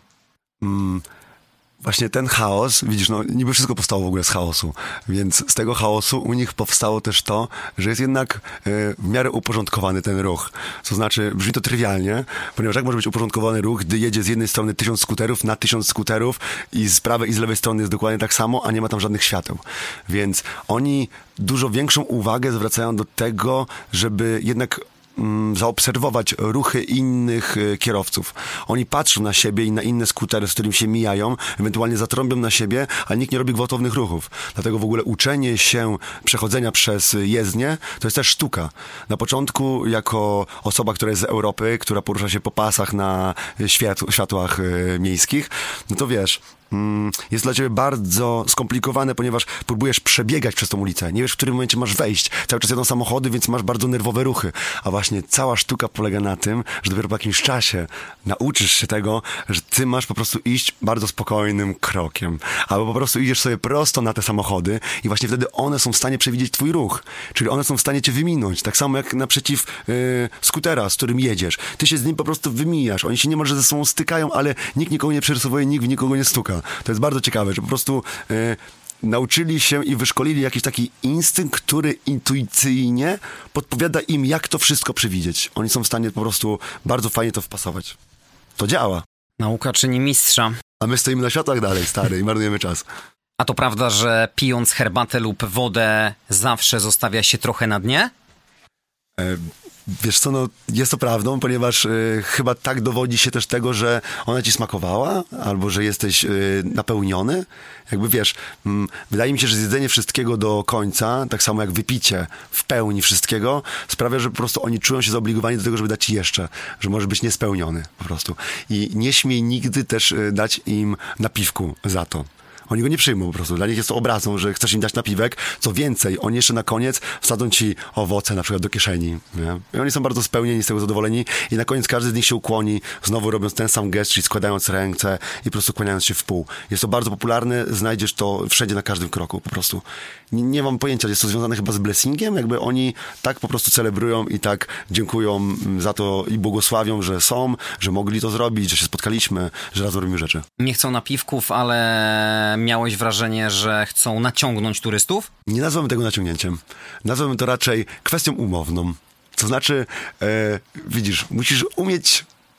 Właśnie ten chaos, widzisz, no niby wszystko powstało w ogóle z chaosu, więc z tego chaosu u nich powstało też to, że jest jednak w miarę uporządkowany ten ruch. To znaczy, brzmi to trywialnie, ponieważ jak może być uporządkowany ruch, gdy jedzie z jednej strony 1000 skuterów na 1000 skuterów i z prawej i z lewej strony jest dokładnie tak samo, a nie ma tam żadnych świateł. Więc oni dużo większą uwagę zwracają do tego, żeby jednak zaobserwować ruchy innych kierowców. Oni patrzą na siebie i na inne skutery, z którymi się mijają, ewentualnie zatrąbią na siebie, ale nikt nie robi gwałtownych ruchów. Dlatego w ogóle uczenie się przechodzenia przez jezdnię to jest też sztuka. Na początku jako osoba, która jest z Europy, która porusza się po pasach na światłach miejskich, no to wiesz, jest dla ciebie bardzo skomplikowane, ponieważ próbujesz przebiegać przez tą ulicę. Nie wiesz, w którym momencie masz wejść. Cały czas jadą samochody, więc masz bardzo nerwowe ruchy. A właśnie cała sztuka polega na tym, że dopiero po jakimś czasie nauczysz się tego, że ty masz po prostu iść bardzo spokojnym krokiem. Albo po prostu idziesz sobie prosto na te samochody i właśnie wtedy one są w stanie przewidzieć twój ruch. Czyli one są w stanie cię wyminąć. Tak samo jak naprzeciw skutera, z którym jedziesz. Ty się z nim po prostu wymijasz. Oni się niemalże ze sobą stykają, ale nikt nikogo nie przerysowuje, nikt w nikogo nie stuka. To jest bardzo ciekawe, że po prostu nauczyli się i wyszkolili jakiś taki instynkt, który intuicyjnie podpowiada im, jak to wszystko przewidzieć. Oni są w stanie po prostu bardzo fajnie to wpasować. To działa. Nauka czyni mistrza. A my stoimy na światłach dalej, stary, i marnujemy czas. A to prawda, że pijąc herbatę lub wodę zawsze zostawia się trochę na dnie? Wiesz co, no jest to prawdą, ponieważ chyba tak dowodzi się też tego, że ona ci smakowała, albo że jesteś napełniony. Jakby wiesz, wydaje mi się, że zjedzenie wszystkiego do końca, tak samo jak wypicie w pełni wszystkiego, sprawia, że po prostu oni czują się zobligowani do tego, żeby dać ci jeszcze, że możesz być niespełniony po prostu. I nie śmiej nigdy też dać im napiwku za to. Oni go nie przyjmą po prostu. Dla nich jest to obrazą, że chcesz im dać napiwek. Co więcej, oni jeszcze na koniec wsadzą ci owoce na przykład do kieszeni. Nie? I oni są bardzo spełnieni, z tego zadowoleni i na koniec każdy z nich się ukłoni, znowu robiąc ten sam gest, czyli składając ręce i po prostu kłaniając się w pół. Jest to bardzo popularne, znajdziesz to wszędzie, na każdym kroku po prostu. Nie mam pojęcia, jest to związane chyba z blessingiem, jakby oni tak po prostu celebrują i tak dziękują za to i błogosławią, że są, że mogli to zrobić, że się spotkaliśmy, że razem robimy rzeczy. Nie chcą napiwków, ale miałeś wrażenie, że chcą naciągnąć turystów? Nie nazwałbym tego naciągnięciem. Nazwałbym to raczej kwestią umowną. To znaczy, widzisz, musisz umieć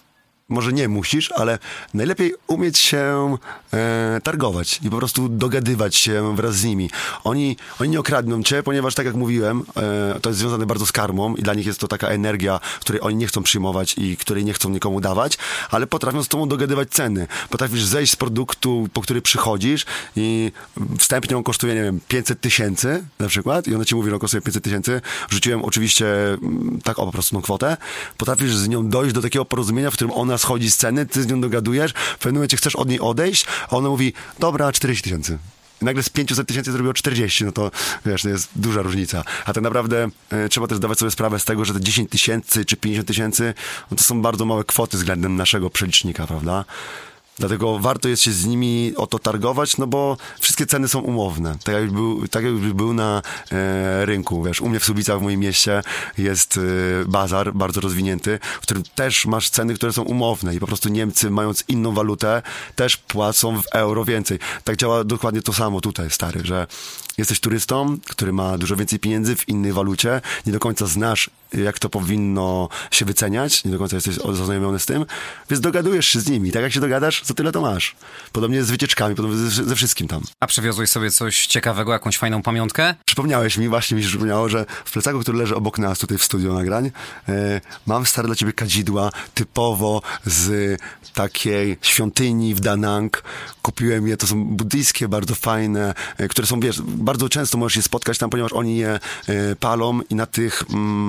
może nie musisz, ale najlepiej umieć się targować i po prostu dogadywać się wraz z nimi. Oni nie okradną cię, ponieważ tak jak mówiłem, to jest związane bardzo z karmą i dla nich jest to taka energia, której oni nie chcą przyjmować i której nie chcą nikomu dawać, ale potrafią z tobą dogadywać ceny. Potrafisz zejść z produktu, po który przychodzisz i wstępnie on kosztuje, nie wiem, 500 000 na przykład i ona ci mówi, że on kosztuje 500 000. Rzuciłem oczywiście po prostu tą kwotę. Potrafisz z nią dojść do takiego porozumienia, w którym ona schodzi z ceny, ty z nią dogadujesz, w pewnym momencie chcesz od niej odejść, a ona mówi, dobra, 40 000. I nagle z 500 000 zrobiło 40, no to wiesz, to jest duża różnica. A tak naprawdę trzeba też zdawać sobie sprawę z tego, że te 10 000 czy 50 000, no to są bardzo małe kwoty względem naszego przelicznika, prawda? Dlatego warto jest się z nimi o to targować, no bo wszystkie ceny są umowne. Tak jakby był na rynku. Wiesz, u mnie w Słubicach, w moim mieście, jest bazar bardzo rozwinięty, w którym też masz ceny, które są umowne i po prostu Niemcy, mając inną walutę, też płacą w euro więcej. Tak działa dokładnie to samo tutaj, stary, że jesteś turystą, który ma dużo więcej pieniędzy w innej walucie, nie do końca znasz, jak to powinno się wyceniać, nie do końca jesteś zaznajomiony z tym, więc dogadujesz się z nimi. Tak jak się dogadasz, za tyle to masz. Podobnie z wycieczkami, podobnie ze wszystkim tam. A przywiozłeś sobie coś ciekawego, jakąś fajną pamiątkę? Przypomniałeś mi, właśnie mi się przypomniało, że w plecaku, który leży obok nas tutaj w studiu nagrań, mam stare dla ciebie kadzidła, typowo z takiej świątyni w Da Nang. Kupiłem je, to są buddyjskie, bardzo fajne, które są, wiesz, bardzo często możesz je spotkać tam, ponieważ oni je palą i na tych...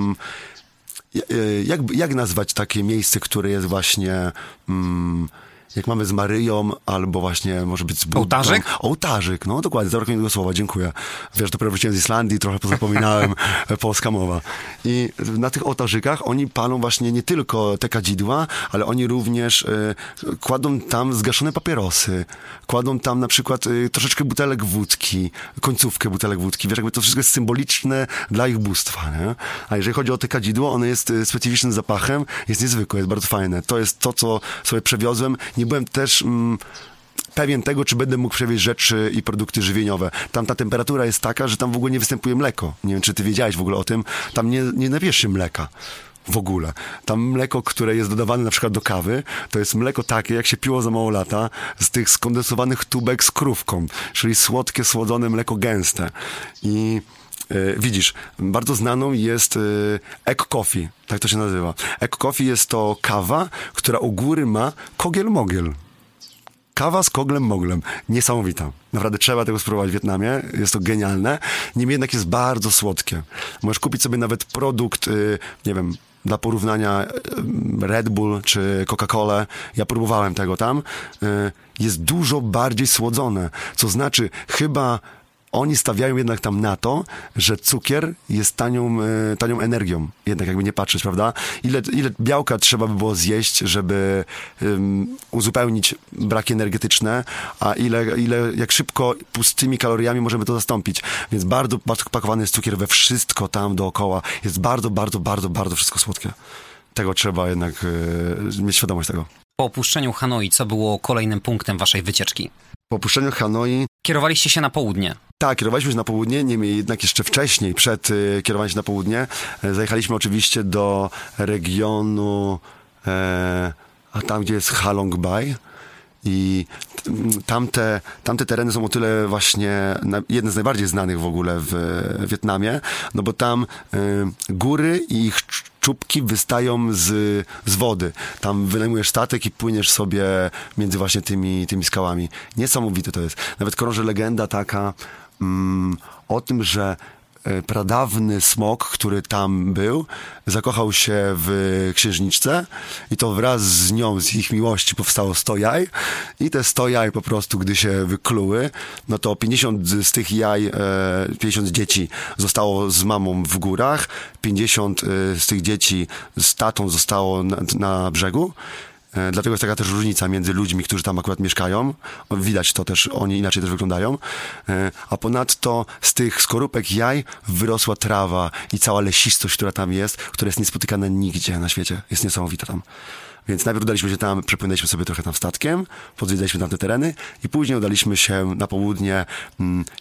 Jak nazwać takie miejsce, które jest właśnie... jak mamy z Maryją, albo właśnie może być z Buddą. Ołtarzyk? Ołtarzyk, no dokładnie, zabrakło mi tego słowa, dziękuję. Wiesz, dopiero wróciłem z Islandii, trochę pozapominałem, polska mowa. I na tych ołtarzykach oni palą właśnie nie tylko te kadzidła, ale oni również kładą tam zgaszone papierosy, kładą tam na przykład troszeczkę butelek wódki, końcówkę butelek wódki, wiesz, jakby to wszystko jest symboliczne dla ich bóstwa, nie? A jeżeli chodzi o te kadzidło, ono jest specyficznym zapachem, jest niezwykłe, jest bardzo fajne. To jest to, co sobie przewiozłem. Nie byłem też pewien tego, czy będę mógł przewieźć rzeczy i produkty żywieniowe. Tam ta temperatura jest taka, że tam w ogóle nie występuje mleko. Nie wiem, czy ty wiedziałeś w ogóle o tym. Tam nie napijesz się mleka. W ogóle. Tam mleko, które jest dodawane na przykład do kawy, to jest mleko takie, jak się piło za mało lata, z tych skondensowanych tubek z krówką, czyli słodkie, słodzone mleko gęste. I widzisz, bardzo znaną jest Egg Coffee, tak to się nazywa. Egg Coffee jest to kawa, która u góry ma kogiel-mogiel. Kawa z koglem-moglem. Niesamowita. Naprawdę trzeba tego spróbować w Wietnamie. Jest to genialne. Niemniej jednak jest bardzo słodkie. Możesz kupić sobie nawet produkt, nie wiem, dla porównania Red Bull czy Coca-Colę. Ja próbowałem tego tam. Jest dużo bardziej słodzone. Co znaczy, chyba oni stawiają jednak tam na to, że cukier jest tanią energią. Jednak jakby nie patrzeć, prawda? Ile białka trzeba by było zjeść, żeby uzupełnić braki energetyczne, a jak szybko pustymi kaloriami możemy to zastąpić. Więc bardzo pakowany jest cukier we wszystko tam dookoła. Jest bardzo, bardzo, bardzo, bardzo wszystko słodkie. Tego trzeba jednak mieć świadomość tego. Po opuszczeniu Hanoi, co było kolejnym punktem waszej wycieczki? Po opuszczeniu Hanoi... Kierowaliście się na południe. Tak, kierowaliśmy się na południe, niemniej jednak jeszcze wcześniej, przed kierowaniem się na południe, zajechaliśmy oczywiście do regionu, a tam gdzie jest Halong Bay. I tamte tereny są o tyle właśnie jedne z najbardziej znanych w ogóle w Wietnamie, no bo tam góry i ich czubki wystają z wody. Tam wynajmujesz statek i płyniesz sobie między właśnie tymi skałami. Niesamowite to jest. Nawet krąży legenda taka o tym, że pradawny smok, który tam był, zakochał się w księżniczce i to wraz z nią, z ich miłości powstało 100 jaj i te 100 jaj po prostu, gdy się wykluły, no to 50 z tych jaj, 50 dzieci zostało z mamą w górach, 50 z tych dzieci z tatą zostało na brzegu. Dlatego jest taka też różnica między ludźmi, którzy tam akurat mieszkają. Widać to też, oni inaczej też wyglądają. A ponadto z tych skorupek jaj wyrosła trawa i cała lesistość, która tam jest, która jest niespotykana nigdzie na świecie. Jest niesamowita tam. Więc najpierw udaliśmy się tam, przepłynęliśmy sobie trochę tam statkiem, podzwiedzaliśmy tam te tereny i później udaliśmy się na południe jakimś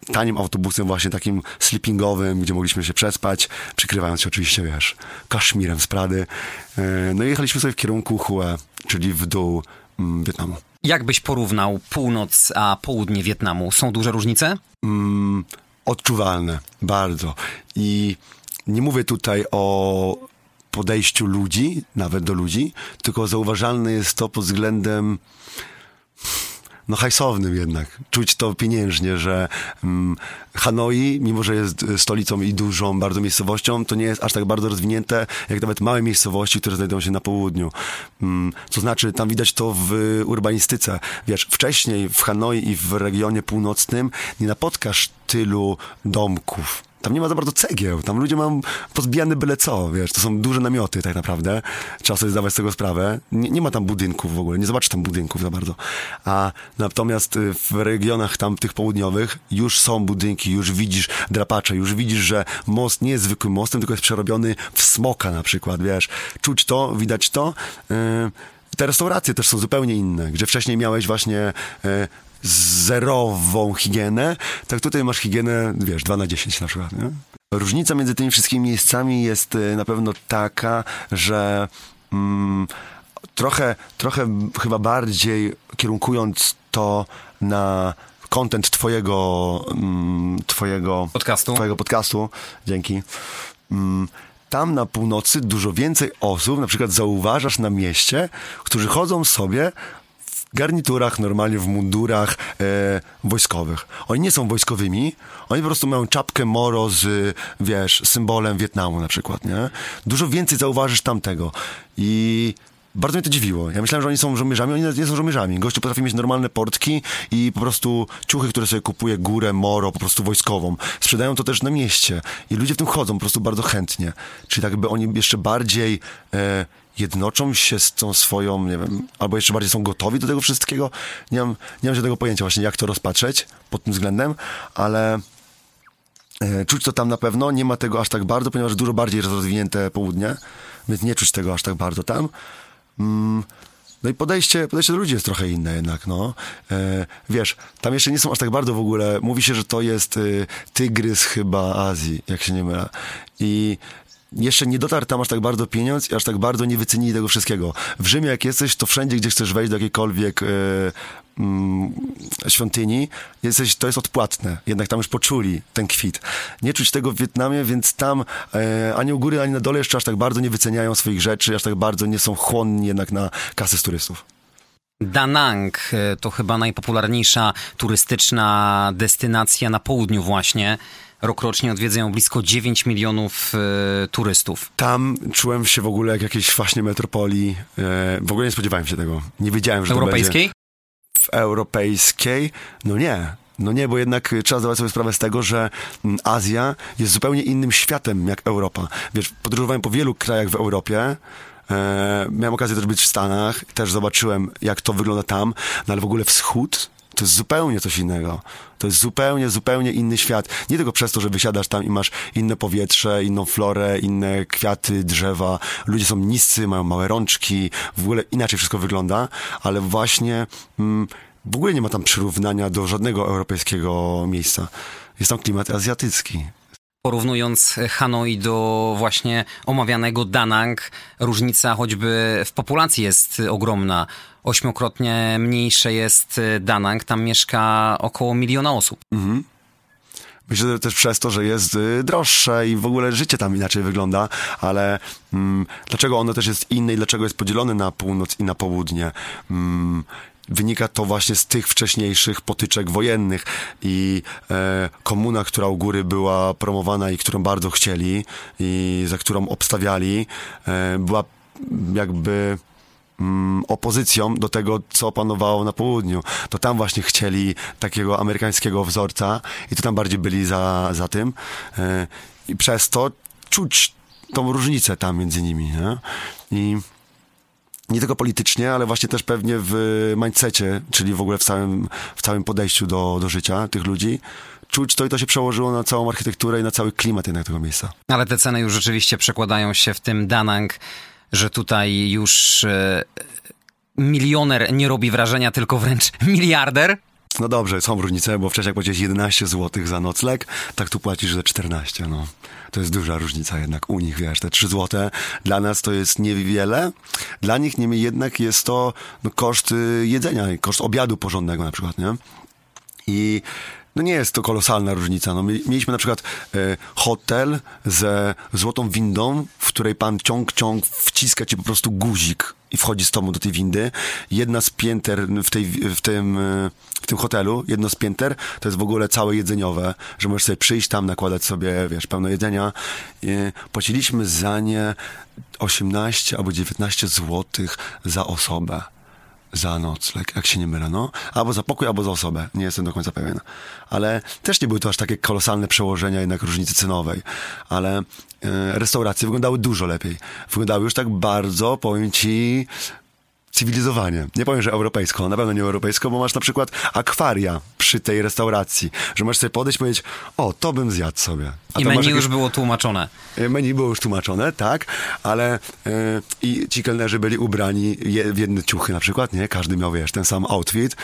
tanim autobusem właśnie takim sleepingowym, gdzie mogliśmy się przespać, przykrywając się oczywiście, wiesz, kaszmirem z Prady. No i jechaliśmy sobie w kierunku Hue, czyli w dół Wietnamu. Jak byś porównał północ a południe Wietnamu? Są duże różnice? Odczuwalne, bardzo. I nie mówię tutaj o podejściu ludzi, nawet do ludzi, tylko zauważalne jest to pod względem hajsownym jednak. Czuć to pieniężnie, że Hanoi, mimo że jest stolicą i dużą bardzo miejscowością, to nie jest aż tak bardzo rozwinięte, jak nawet małe miejscowości, które znajdują się na południu. To znaczy, tam widać to w urbanistyce. Wiesz, wcześniej w Hanoi i w regionie północnym nie napotkasz tylu domków. Tam nie ma za bardzo cegieł, tam ludzie mają pozbijane byle co, wiesz, to są duże namioty tak naprawdę, trzeba sobie zdawać z tego sprawę. Nie ma tam budynków w ogóle, nie zobaczysz tam budynków za bardzo. A natomiast w regionach tam tych południowych już są budynki, już widzisz drapacze, już widzisz, że most nie jest zwykłym mostem, tylko jest przerobiony w smoka na przykład, wiesz. Czuć to, widać to. Te restauracje też są zupełnie inne, gdzie wcześniej miałeś właśnie zerową higienę, tak tutaj masz higienę, wiesz, 2/10 na przykład, nie? Różnica między tymi wszystkimi miejscami jest na pewno taka, że trochę chyba bardziej kierunkując to na content twojego podcastu, dzięki. Tam na północy dużo więcej osób, na przykład zauważasz na mieście, którzy chodzą sobie w garniturach, normalnie w mundurach wojskowych. Oni nie są wojskowymi, oni po prostu mają czapkę moro z, wiesz, symbolem Wietnamu na przykład, nie? Dużo więcej zauważysz tamtego. I bardzo mnie to dziwiło. Ja myślałem, że oni są żołnierzami, oni nie są żołnierzami. Gościu potrafi mieć normalne portki i po prostu ciuchy, które sobie kupuje, górę, moro, po prostu wojskową. Sprzedają to też na mieście. I ludzie w tym chodzą po prostu bardzo chętnie. Czyli tak jakby oni jeszcze bardziej jednoczą się z tą swoją, nie wiem, albo jeszcze bardziej są gotowi do tego wszystkiego. Nie mam żadnego pojęcia właśnie, jak to rozpatrzeć pod tym względem, ale czuć to tam na pewno. Nie ma tego aż tak bardzo, ponieważ dużo bardziej jest rozwinięte południe, więc nie czuć tego aż tak bardzo tam. No i podejście do ludzi jest trochę inne jednak, no. Wiesz, tam jeszcze nie są aż tak bardzo w ogóle, mówi się, że to jest tygrys chyba Azji, jak się nie mylę. I jeszcze nie dotarł tam aż tak bardzo pieniądz i aż tak bardzo nie wycenili tego wszystkiego. W Rzymie jak jesteś, to wszędzie, gdzie chcesz wejść do jakiejkolwiek świątyni, to jest odpłatne. Jednak tam już poczuli ten kwit. Nie czuć tego w Wietnamie, więc tam ani u góry, ani na dole jeszcze aż tak bardzo nie wyceniają swoich rzeczy, aż tak bardzo nie są chłonni jednak na kasy z turystów. Da Nang to chyba najpopularniejsza turystyczna destynacja na południu właśnie. Rokrocznie odwiedzają blisko 9 milionów turystów. Tam czułem się w ogóle jak jakiejś właśnie metropolii. W ogóle nie spodziewałem się tego. Nie wiedziałem, że europejskiej? To będzie... W europejskiej? No nie, bo jednak trzeba zdawać sobie sprawę z tego, że Azja jest zupełnie innym światem jak Europa. Wiesz, podróżowałem po wielu krajach w Europie. Miałem okazję też być w Stanach. Też zobaczyłem, jak to wygląda tam. No ale w ogóle wschód to jest zupełnie coś innego. To jest zupełnie inny świat. Nie tylko przez to, że wysiadasz tam i masz inne powietrze, inną florę, inne kwiaty, drzewa. Ludzie są niscy, mają małe rączki. W ogóle inaczej wszystko wygląda. Ale właśnie w ogóle nie ma tam przyrównania do żadnego europejskiego miejsca. Jest tam klimat azjatycki. Porównując Hanoi do właśnie omawianego Da Nang, różnica choćby w populacji jest ogromna. 8-krotnie mniejsze jest Da Nang, tam mieszka około 1 miliona osób. Mhm. Myślę, że też przez to, że jest droższe i w ogóle życie tam inaczej wygląda, ale dlaczego ono też jest inne i dlaczego jest podzielone na północ i na południe? Wynika to właśnie z tych wcześniejszych potyczek wojennych i komuna, która u góry była promowana i którą bardzo chcieli i za którą obstawiali, była jakby opozycją do tego, co panowało na południu. To tam właśnie chcieli takiego amerykańskiego wzorca i to tam bardziej byli za tym. I przez to czuć tą różnicę tam między nimi. Nie? I nie tylko politycznie, ale właśnie też pewnie w mindsetie, czyli w ogóle w całym podejściu do życia tych ludzi. Czuć to i to się przełożyło na całą architekturę i na cały klimat jednak tego miejsca. Ale te ceny już rzeczywiście przekładają się w tym Da Nang, że tutaj już milioner nie robi wrażenia, tylko wręcz miliarder. No dobrze, są różnice, bo wcześniej jak płaciłeś 11 zł za nocleg, tak tu płacisz za 14, no. To jest duża różnica jednak u nich, wiesz, te 3 zł dla nas to jest niewiele, dla nich niemniej jednak jest to koszt jedzenia, koszt obiadu porządnego na przykład, nie? I no nie jest to kolosalna różnica. No, mieliśmy na przykład hotel ze złotą windą, w której pan ciąg wciska ci po prostu guzik i wchodzi z tobą do tej windy. Jedna z pięter w tym hotelu, jedno z pięter, to jest w ogóle całe jedzeniowe, że możesz sobie przyjść tam, nakładać sobie, wiesz, pełno jedzenia. Płaciliśmy za nie 18 albo 19 złotych za osobę. Za nocleg, jak się nie mylę, no. Albo za pokój, albo za osobę. Nie jestem do końca pewien. Ale też nie były to aż takie kolosalne przełożenia jednak różnicy cenowej. Ale restauracje wyglądały dużo lepiej. Wyglądały już tak bardzo, powiem ci, cywilizowanie. Nie powiem, że europejsko, na pewno nie europejsko, bo masz na przykład akwaria przy tej restauracji, że możesz sobie podejść i powiedzieć, o, to bym zjadł sobie. I menu już było tłumaczone. Menu było już tłumaczone, tak, ale i ci kelnerzy byli ubrani w jedne ciuchy na przykład, nie? Każdy miał, wiesz, ten sam outfit.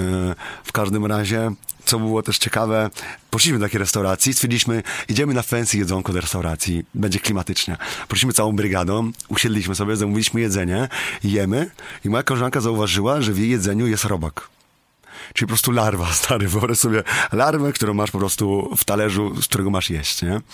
W każdym razie, co było też ciekawe, poszliśmy do takiej restauracji, stwierdziliśmy, idziemy na fancy jedzonko do restauracji, będzie klimatycznie. Poszliśmy całą brygadą, usiedliśmy sobie, zamówiliśmy jedzenie, jemy i moja koleżanka zauważyła, że w jej jedzeniu jest robak. Czyli po prostu larwa, stary, wyobraź sobie larwę, którą masz po prostu w talerzu, z którego masz jeść, nie?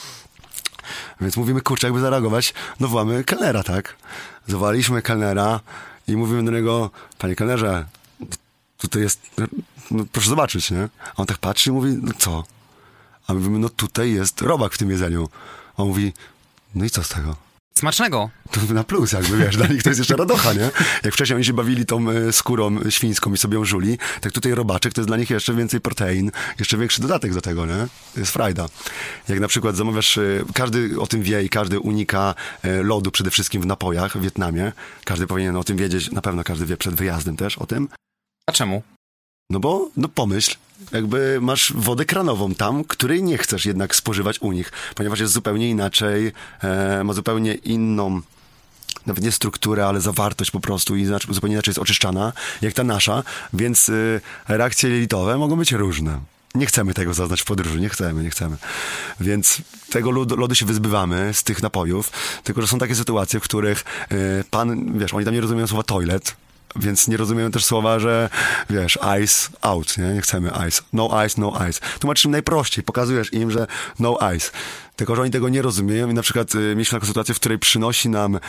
Więc mówimy, kurczę, jakby zareagować, no wołamy kelnera, tak? Zawołaliśmy kelnera i mówimy do niego, panie kelnerze, tutaj jest, no proszę zobaczyć, nie? A on tak patrzy i mówi, no co? A my mówimy, no tutaj jest robak w tym jedzeniu. A on mówi, no i co z tego? Smacznego. To na plus jakby, wiesz, dla nich to jest jeszcze radocha, nie? Jak wcześniej oni się bawili tą skórą świńską i sobie ją żuli, tak tutaj robaczek to jest dla nich jeszcze więcej protein, jeszcze większy dodatek do tego, nie? To jest frajda. Jak na przykład zamawiasz, każdy o tym wie i każdy unika lodu przede wszystkim w napojach w Wietnamie. Każdy powinien o tym wiedzieć, na pewno każdy wie przed wyjazdem też o tym. A czemu? No bo, no pomyśl, jakby masz wodę kranową tam, której nie chcesz jednak spożywać u nich, ponieważ jest zupełnie inaczej, ma zupełnie inną, nawet nie strukturę, ale zawartość po prostu i zupełnie inaczej jest oczyszczana, jak ta nasza, więc reakcje jelitowe mogą być różne. Nie chcemy tego zaznać w podróży, nie chcemy. Więc tego lodu się wyzbywamy z tych napojów, tylko że są takie sytuacje, w których pan, wiesz, oni tam nie rozumieją słowa toilet, więc nie rozumieją też słowa, że wiesz, ice out, nie chcemy ice. No ice. Tłumaczysz im najprościej, pokazujesz im, że no ice. Tylko że oni tego nie rozumieją i na przykład mieliśmy taką sytuację, w której przynosi nam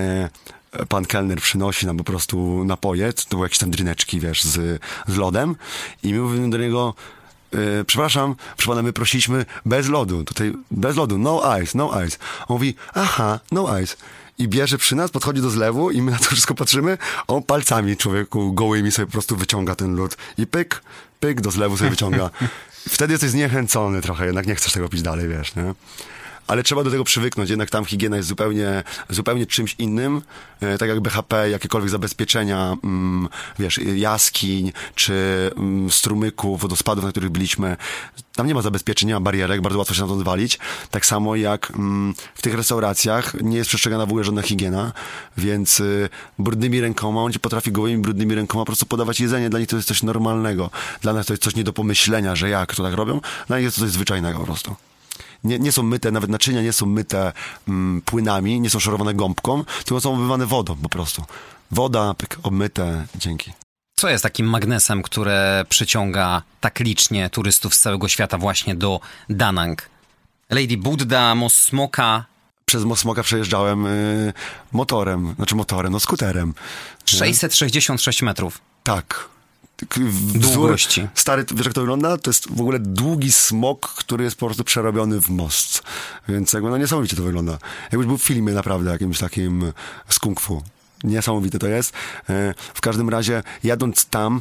pan kelner przynosi nam po prostu napoje, to były jakieś tam drineczki, wiesz, z lodem i my mówimy do niego, przepraszam, proszę pana, my prosiliśmy bez lodu, tutaj bez lodu, no ice. On mówi, aha, no ice. I bierze przy nas, podchodzi do zlewu i my na to wszystko patrzymy, a on palcami, człowieku, gołymi sobie po prostu wyciąga ten lód i pyk, do zlewu sobie wyciąga. Wtedy jesteś zniechęcony trochę, jednak nie chcesz tego pić dalej, wiesz, nie? Ale trzeba do tego przywyknąć, jednak tam higiena jest zupełnie czymś innym, tak jak BHP, jakiekolwiek zabezpieczenia, wiesz, jaskiń, czy strumyków, wodospadów, na których byliśmy. Tam nie ma zabezpieczeń, nie ma barierek, bardzo łatwo się na to zwalić. Tak samo jak w tych restauracjach nie jest przestrzegana w ogóle żadna higiena, więc brudnymi rękoma, on ci potrafi gołymi, brudnymi rękoma po prostu podawać jedzenie, dla nich to jest coś normalnego. Dla nas to jest coś nie do pomyślenia, że jak to tak robią, dla nich jest to coś zwyczajnego po prostu. Nie są myte, nawet naczynia nie są myte płynami, nie są szorowane gąbką, tylko są umywane wodą po prostu. Woda, pyk, obmyte, dzięki. Co jest takim magnesem, które przyciąga tak licznie turystów z całego świata właśnie do Da Nang? Lady Buddha, Most Smoka. Przez Most Smoka przejeżdżałem skuterem. 666 metrów. Tak. Długości. Stary, wiesz jak to wygląda? To jest w ogóle długi smok, który jest po prostu przerobiony w most. Więc jakby no niesamowicie to wygląda. Jakbyś był w filmie naprawdę jakimś takim z kung fu. Niesamowite to jest. W każdym razie jadąc tam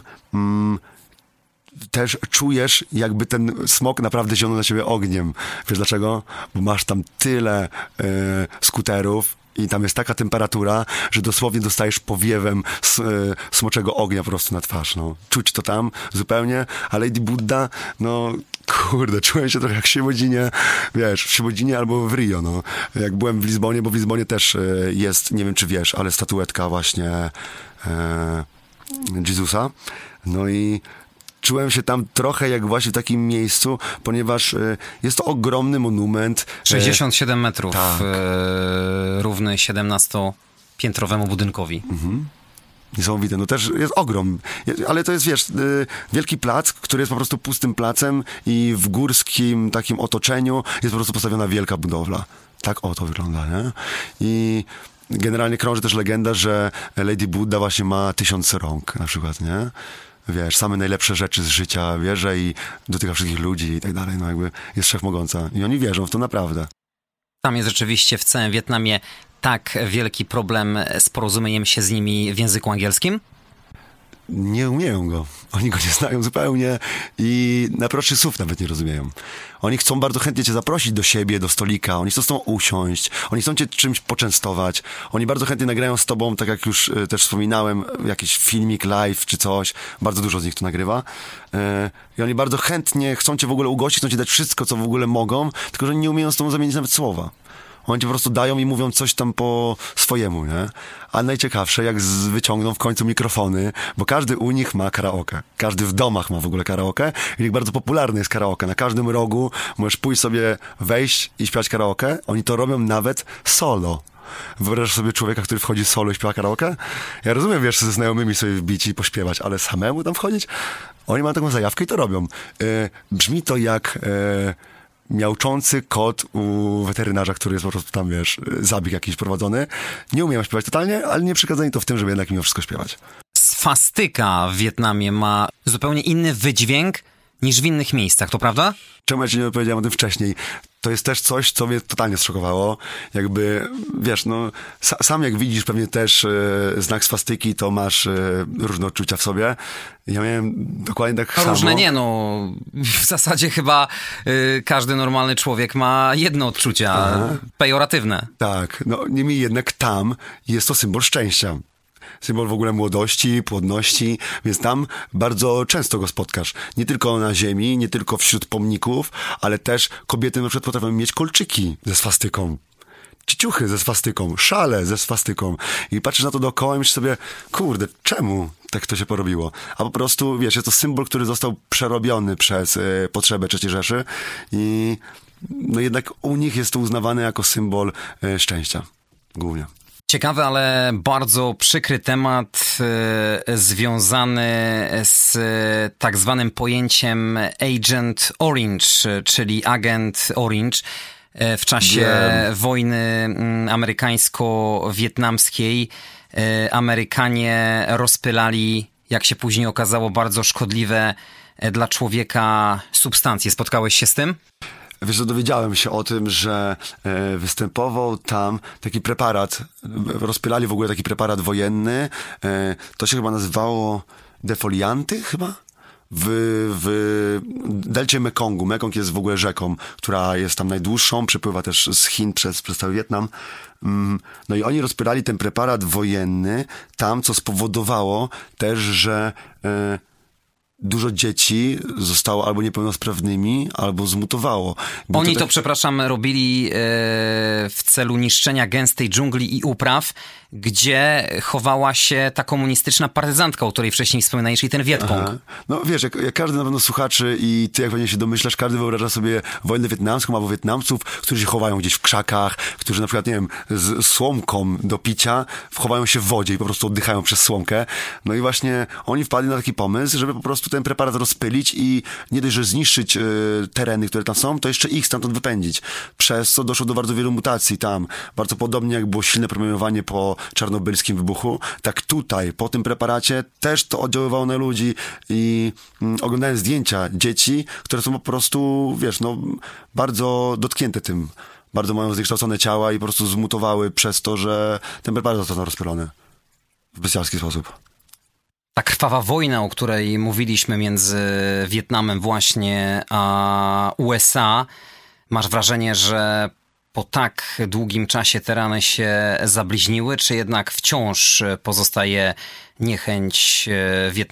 też czujesz, jakby ten smok naprawdę zionął na ciebie ogniem. Wiesz dlaczego? Bo masz tam tyle skuterów i tam jest taka temperatura, że dosłownie dostajesz powiewem smoczego ognia po prostu na twarz. No. Czuć to tam zupełnie, a Lady Buddha, no kurde, czułem się trochę jak w Świebodzinie, wiesz, w Świebodzinie albo w Rio, no. Jak byłem w Lizbonie, bo w Lizbonie też jest, nie wiem czy wiesz, ale statuetka właśnie Jezusa. No i czułem się tam trochę jak właśnie w takim miejscu, ponieważ jest to ogromny monument. 67 metrów, tak. Równy 17-piętrowemu budynkowi. Niesamowite, no też jest ogrom, ale to jest, wiesz, wielki plac, który jest po prostu pustym placem i w górskim takim otoczeniu jest po prostu postawiona wielka budowla. Tak to wygląda, nie? I generalnie krąży też legenda, że Lady Buddha właśnie ma 1000 rąk na przykład, nie? Wiesz, same najlepsze rzeczy z życia bierze i dotyka wszystkich ludzi i tak dalej, no jakby jest wszechmogąca. I oni wierzą w to naprawdę. Tam jest rzeczywiście w całym Wietnamie tak wielki problem z porozumieniem się z nimi w języku angielskim? Nie umieją go. Oni go nie znają zupełnie i najprostszych słów nawet nie rozumieją. Oni chcą bardzo chętnie cię zaprosić do siebie, do stolika, oni chcą z tobą usiąść, oni chcą cię czymś poczęstować, oni bardzo chętnie nagrają z tobą, tak jak już też wspominałem, jakiś filmik live czy coś, bardzo dużo z nich tu nagrywa i oni bardzo chętnie chcą cię w ogóle ugościć, chcą ci dać wszystko, co w ogóle mogą, tylko że nie umieją z tobą zamienić nawet słowa. Oni ci po prostu dają i mówią coś tam po swojemu, nie? A najciekawsze, jak wyciągną w końcu mikrofony, bo każdy u nich ma karaoke. Każdy w domach ma w ogóle karaoke i bardzo popularny jest karaoke. Na każdym rogu możesz pójść sobie, wejść i śpiewać karaoke. Oni to robią nawet solo. Wyobrażasz sobie człowieka, który wchodzi solo i śpiewa karaoke? Ja rozumiem, wiesz, ze znajomymi sobie wbić i pośpiewać, ale samemu tam wchodzić? Oni mają taką zajawkę i to robią. Brzmi to jak... miauczący kot u weterynarza, który jest po prostu tam, wiesz, zabieg jakiś prowadzony. Nie umiem śpiewać totalnie, ale nie przeszkadza mi to w tym, żeby jednak mimo wszystko śpiewać. Swastyka w Wietnamie ma zupełnie inny wydźwięk niż w innych miejscach, to prawda? Czemu ja ci nie powiedziałem o tym wcześniej? To jest też coś, co mnie totalnie zszokowało. Jakby, wiesz, no, sam jak widzisz pewnie też znak swastyki, to masz różne odczucia w sobie. Ja miałem dokładnie tak samo. Różne nie, no. W zasadzie chyba każdy normalny człowiek ma jedno odczucia, pejoratywne. Tak, no niemniej jednak tam jest to symbol szczęścia. Symbol w ogóle młodości, płodności, więc tam bardzo często go spotkasz. Nie tylko na ziemi, nie tylko wśród pomników, ale też kobiety na przykład potrafią mieć kolczyki ze swastyką. Ciuchy ze swastyką, szale ze swastyką. I patrzysz na to dookoła i myślisz sobie, kurde, czemu tak to się porobiło? A po prostu, wiesz, jest to symbol, który został przerobiony przez potrzebę III Rzeszy i no jednak u nich jest to uznawane jako symbol szczęścia. Głównie. Ciekawy, ale bardzo przykry temat związany z tak zwanym pojęciem Agent Orange, czyli agent Orange. W czasie wojny amerykańsko-wietnamskiej Amerykanie rozpylali, jak się później okazało, bardzo szkodliwe dla człowieka substancje. Spotkałeś się z tym? Wiesz, że dowiedziałem się o tym, że występował tam taki preparat, rozpylali w ogóle taki preparat wojenny, to się chyba nazywało defolianty chyba? W delcie Mekongu. Mekong jest w ogóle rzeką, która jest tam najdłuższą, przepływa też z Chin przez cały Wietnam. No i oni rozpylali ten preparat wojenny tam, co spowodowało też, że dużo dzieci zostało albo niepełnosprawnymi, albo zmutowało. Oni to, przepraszam, robili w celu niszczenia gęstej dżungli i upraw, gdzie chowała się ta komunistyczna partyzantka, o której wcześniej wspominałeś, czyli ten Wietkong. Aha. No wiesz, jak każdy na pewno słuchaczy i ty, jak pewnie się domyślasz, każdy wyobraża sobie wojnę wietnamską albo Wietnamców, którzy się chowają gdzieś w krzakach, którzy na przykład, nie wiem, z słomką do picia chowają się w wodzie i po prostu oddychają przez słomkę. No i właśnie oni wpadli na taki pomysł, żeby po prostu ten preparat rozpylić i nie dość, że zniszczyć tereny, które tam są, to jeszcze ich stamtąd wypędzić. Przez co doszło do bardzo wielu mutacji tam. Bardzo podobnie jak było silne promieniowanie po czarnobylskim wybuchu, tak tutaj, po tym preparacie też to oddziaływało na ludzi i oglądałem zdjęcia dzieci, które są po prostu, wiesz, no bardzo dotknięte tym. Bardzo mają zniekształcone ciała i po prostu zmutowały przez to, że ten preparat został rozpylony w bestialski sposób. Ta krwawa wojna, o której mówiliśmy między Wietnamem właśnie a USA, masz wrażenie, że po tak długim czasie te rany się zabliźniły, czy jednak wciąż pozostaje niechęć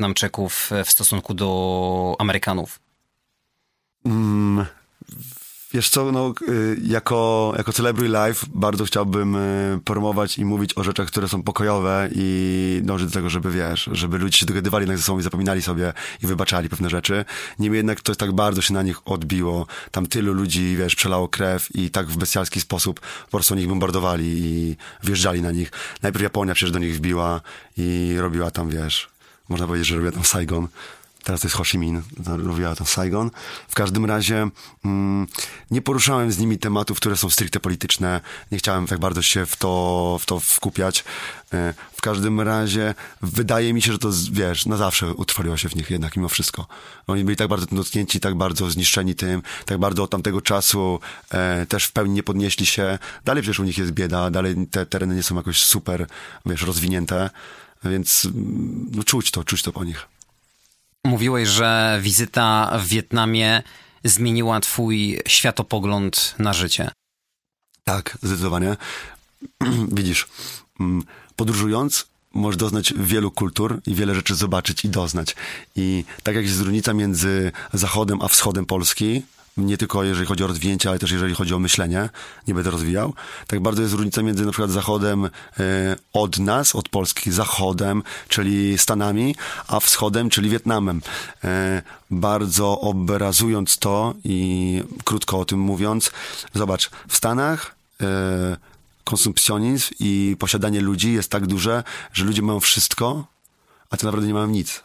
Wietnamczyków w stosunku do Amerykanów? Wiesz co, no, jako Celebruj Life bardzo chciałbym promować i mówić o rzeczach, które są pokojowe i dążyć do tego, żeby ludzie się dogadywali jednak ze sobą i zapominali sobie i wybaczali pewne rzeczy. Niemniej jednak to tak bardzo się na nich odbiło. Tam tylu ludzi, przelało krew i tak w bestialski sposób po prostu nich bombardowali i wjeżdżali na nich. Najpierw Japonia przecież do nich wbiła i robiła tam, można powiedzieć, że robiła tam Saigon. Teraz to jest Ho Chi Minh, robiła to Saigon. W każdym razie nie poruszałem z nimi tematów, które są stricte polityczne. Nie chciałem tak bardzo się w to wkupiać. W każdym razie wydaje mi się, że to, na zawsze utrwaliło się w nich jednak mimo wszystko. Oni byli tak bardzo tym dotknięci, tak bardzo zniszczeni tym, tak bardzo od tamtego czasu też w pełni nie podnieśli się. Dalej przecież u nich jest bieda, dalej te tereny nie są jakoś super, rozwinięte. Więc czuć to po nich. Mówiłeś, że wizyta w Wietnamie zmieniła twój światopogląd na życie. Tak, zdecydowanie. Widzisz, podróżując możesz doznać wielu kultur i wiele rzeczy zobaczyć i doznać. I tak jak jest różnica między zachodem a wschodem Polski, nie tylko jeżeli chodzi o rozwinięcie, ale też jeżeli chodzi o myślenie, nie będę rozwijał, tak bardzo jest różnica między na przykład zachodem od nas, od Polski, zachodem, czyli Stanami, a wschodem, czyli Wietnamem. Bardzo obrazując to i krótko o tym mówiąc, zobacz, w Stanach konsumpcjonizm i posiadanie ludzi jest tak duże, że ludzie mają wszystko, a tak naprawdę nie mają nic.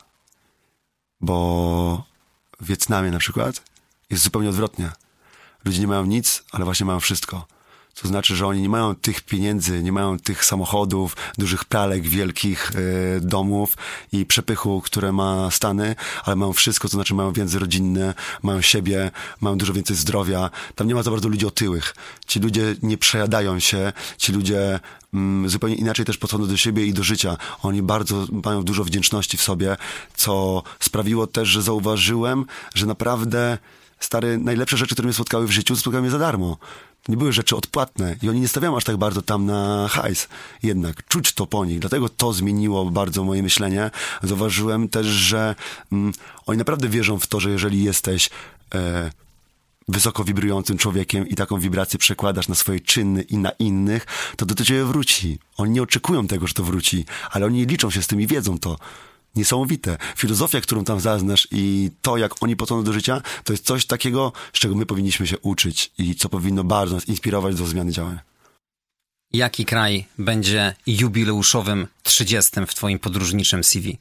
Bo w Wietnamie na przykład jest zupełnie odwrotnie. Ludzie nie mają nic, ale właśnie mają wszystko. To znaczy, że oni nie mają tych pieniędzy, nie mają tych samochodów, dużych pralek, wielkich domów i przepychu, które ma Stany, ale mają wszystko, to znaczy mają więzy rodzinne, mają siebie, mają dużo więcej zdrowia. Tam nie ma za bardzo ludzi otyłych. Ci ludzie nie przejadają się, ci ludzie zupełnie inaczej też podchodzą do siebie i do życia. Oni bardzo mają dużo wdzięczności w sobie, co sprawiło też, że zauważyłem, że naprawdę najlepsze rzeczy, które mnie spotkały w życiu, spotkały mnie za darmo. Nie były rzeczy odpłatne i oni nie stawiają aż tak bardzo tam na hajs. Jednak czuć to po nich. Dlatego to zmieniło bardzo moje myślenie. Zauważyłem też, że oni naprawdę wierzą w to, że jeżeli jesteś wysoko wibrującym człowiekiem i taką wibrację przekładasz na swoje czyny i na innych, to do ciebie wróci. Oni nie oczekują tego, że to wróci, ale oni liczą się z tym i wiedzą to. Niesamowite. Filozofia, którą tam zaznasz i to, jak oni podchodzą do życia, to jest coś takiego, z czego my powinniśmy się uczyć i co powinno bardzo nas inspirować do zmiany działań. Jaki kraj będzie jubileuszowym 30. w twoim podróżniczym CV?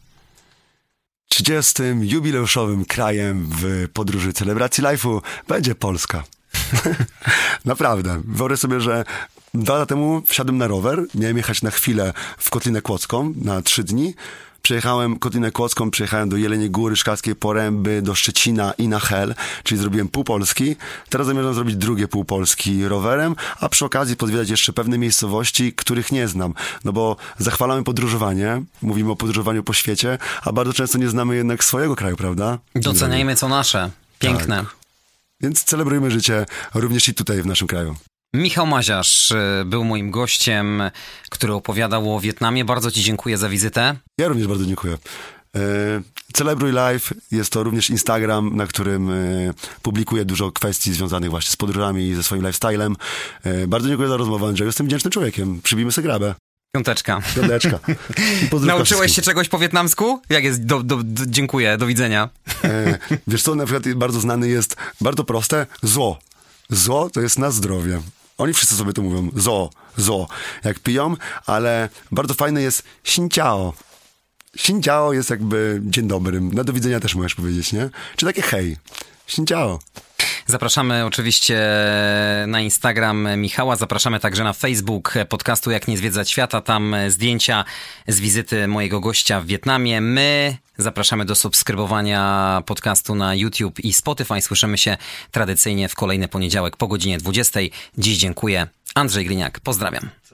30. jubileuszowym krajem w podróży celebracji life'u będzie Polska. Naprawdę. Wyobraź sobie, że 2 lata temu wsiadłem na rower, miałem jechać na chwilę w Kotlinę Kłodzką na 3 dni. Przejechałem Kotlinę Kłodzką, przejechałem do Jeleniej Góry, Szklarskiej Poręby, do Szczecina i na Hel, czyli zrobiłem pół Polski. Teraz zamierzam zrobić drugie pół Polski rowerem, a przy okazji pozwiedzać jeszcze pewne miejscowości, których nie znam. No bo zachwalamy podróżowanie, mówimy o podróżowaniu po świecie, a bardzo często nie znamy jednak swojego kraju, prawda? Doceniajmy co nasze. Piękne. Tak. Więc celebrujmy życie również i tutaj w naszym kraju. Michał Maziarz był moim gościem, który opowiadał o Wietnamie. Bardzo ci dziękuję za wizytę. Ja również bardzo dziękuję. Celebruj Life jest to również Instagram, na którym publikuję dużo kwestii związanych właśnie z podróżami i ze swoim lifestylem. Bardzo dziękuję za rozmowę, Andrzeju. Jestem wdzięcznym człowiekiem. Przybijmy sobie grabę. Piąteczka. Nauczyłeś się czegoś po wietnamsku? Jak jest? Dziękuję, do widzenia. Wiesz co, na przykład bardzo znany jest, bardzo proste, zło. Zło to jest na zdrowie. Oni wszyscy sobie to mówią, zo, jak piją, ale bardzo fajne jest xin ciao. Xin ciao jest jakby dzień dobry. Na do widzenia też możesz powiedzieć, nie? Czy takie hej. Xin ciao. Zapraszamy oczywiście na Instagram Michała, zapraszamy także na Facebook podcastu Jak nie zwiedzać świata, tam zdjęcia z wizyty mojego gościa w Wietnamie. My zapraszamy do subskrybowania podcastu na YouTube i Spotify. Słyszymy się tradycyjnie w kolejny poniedziałek po godzinie 20. Dziś dziękuję. Andrzej Gliniak, pozdrawiam.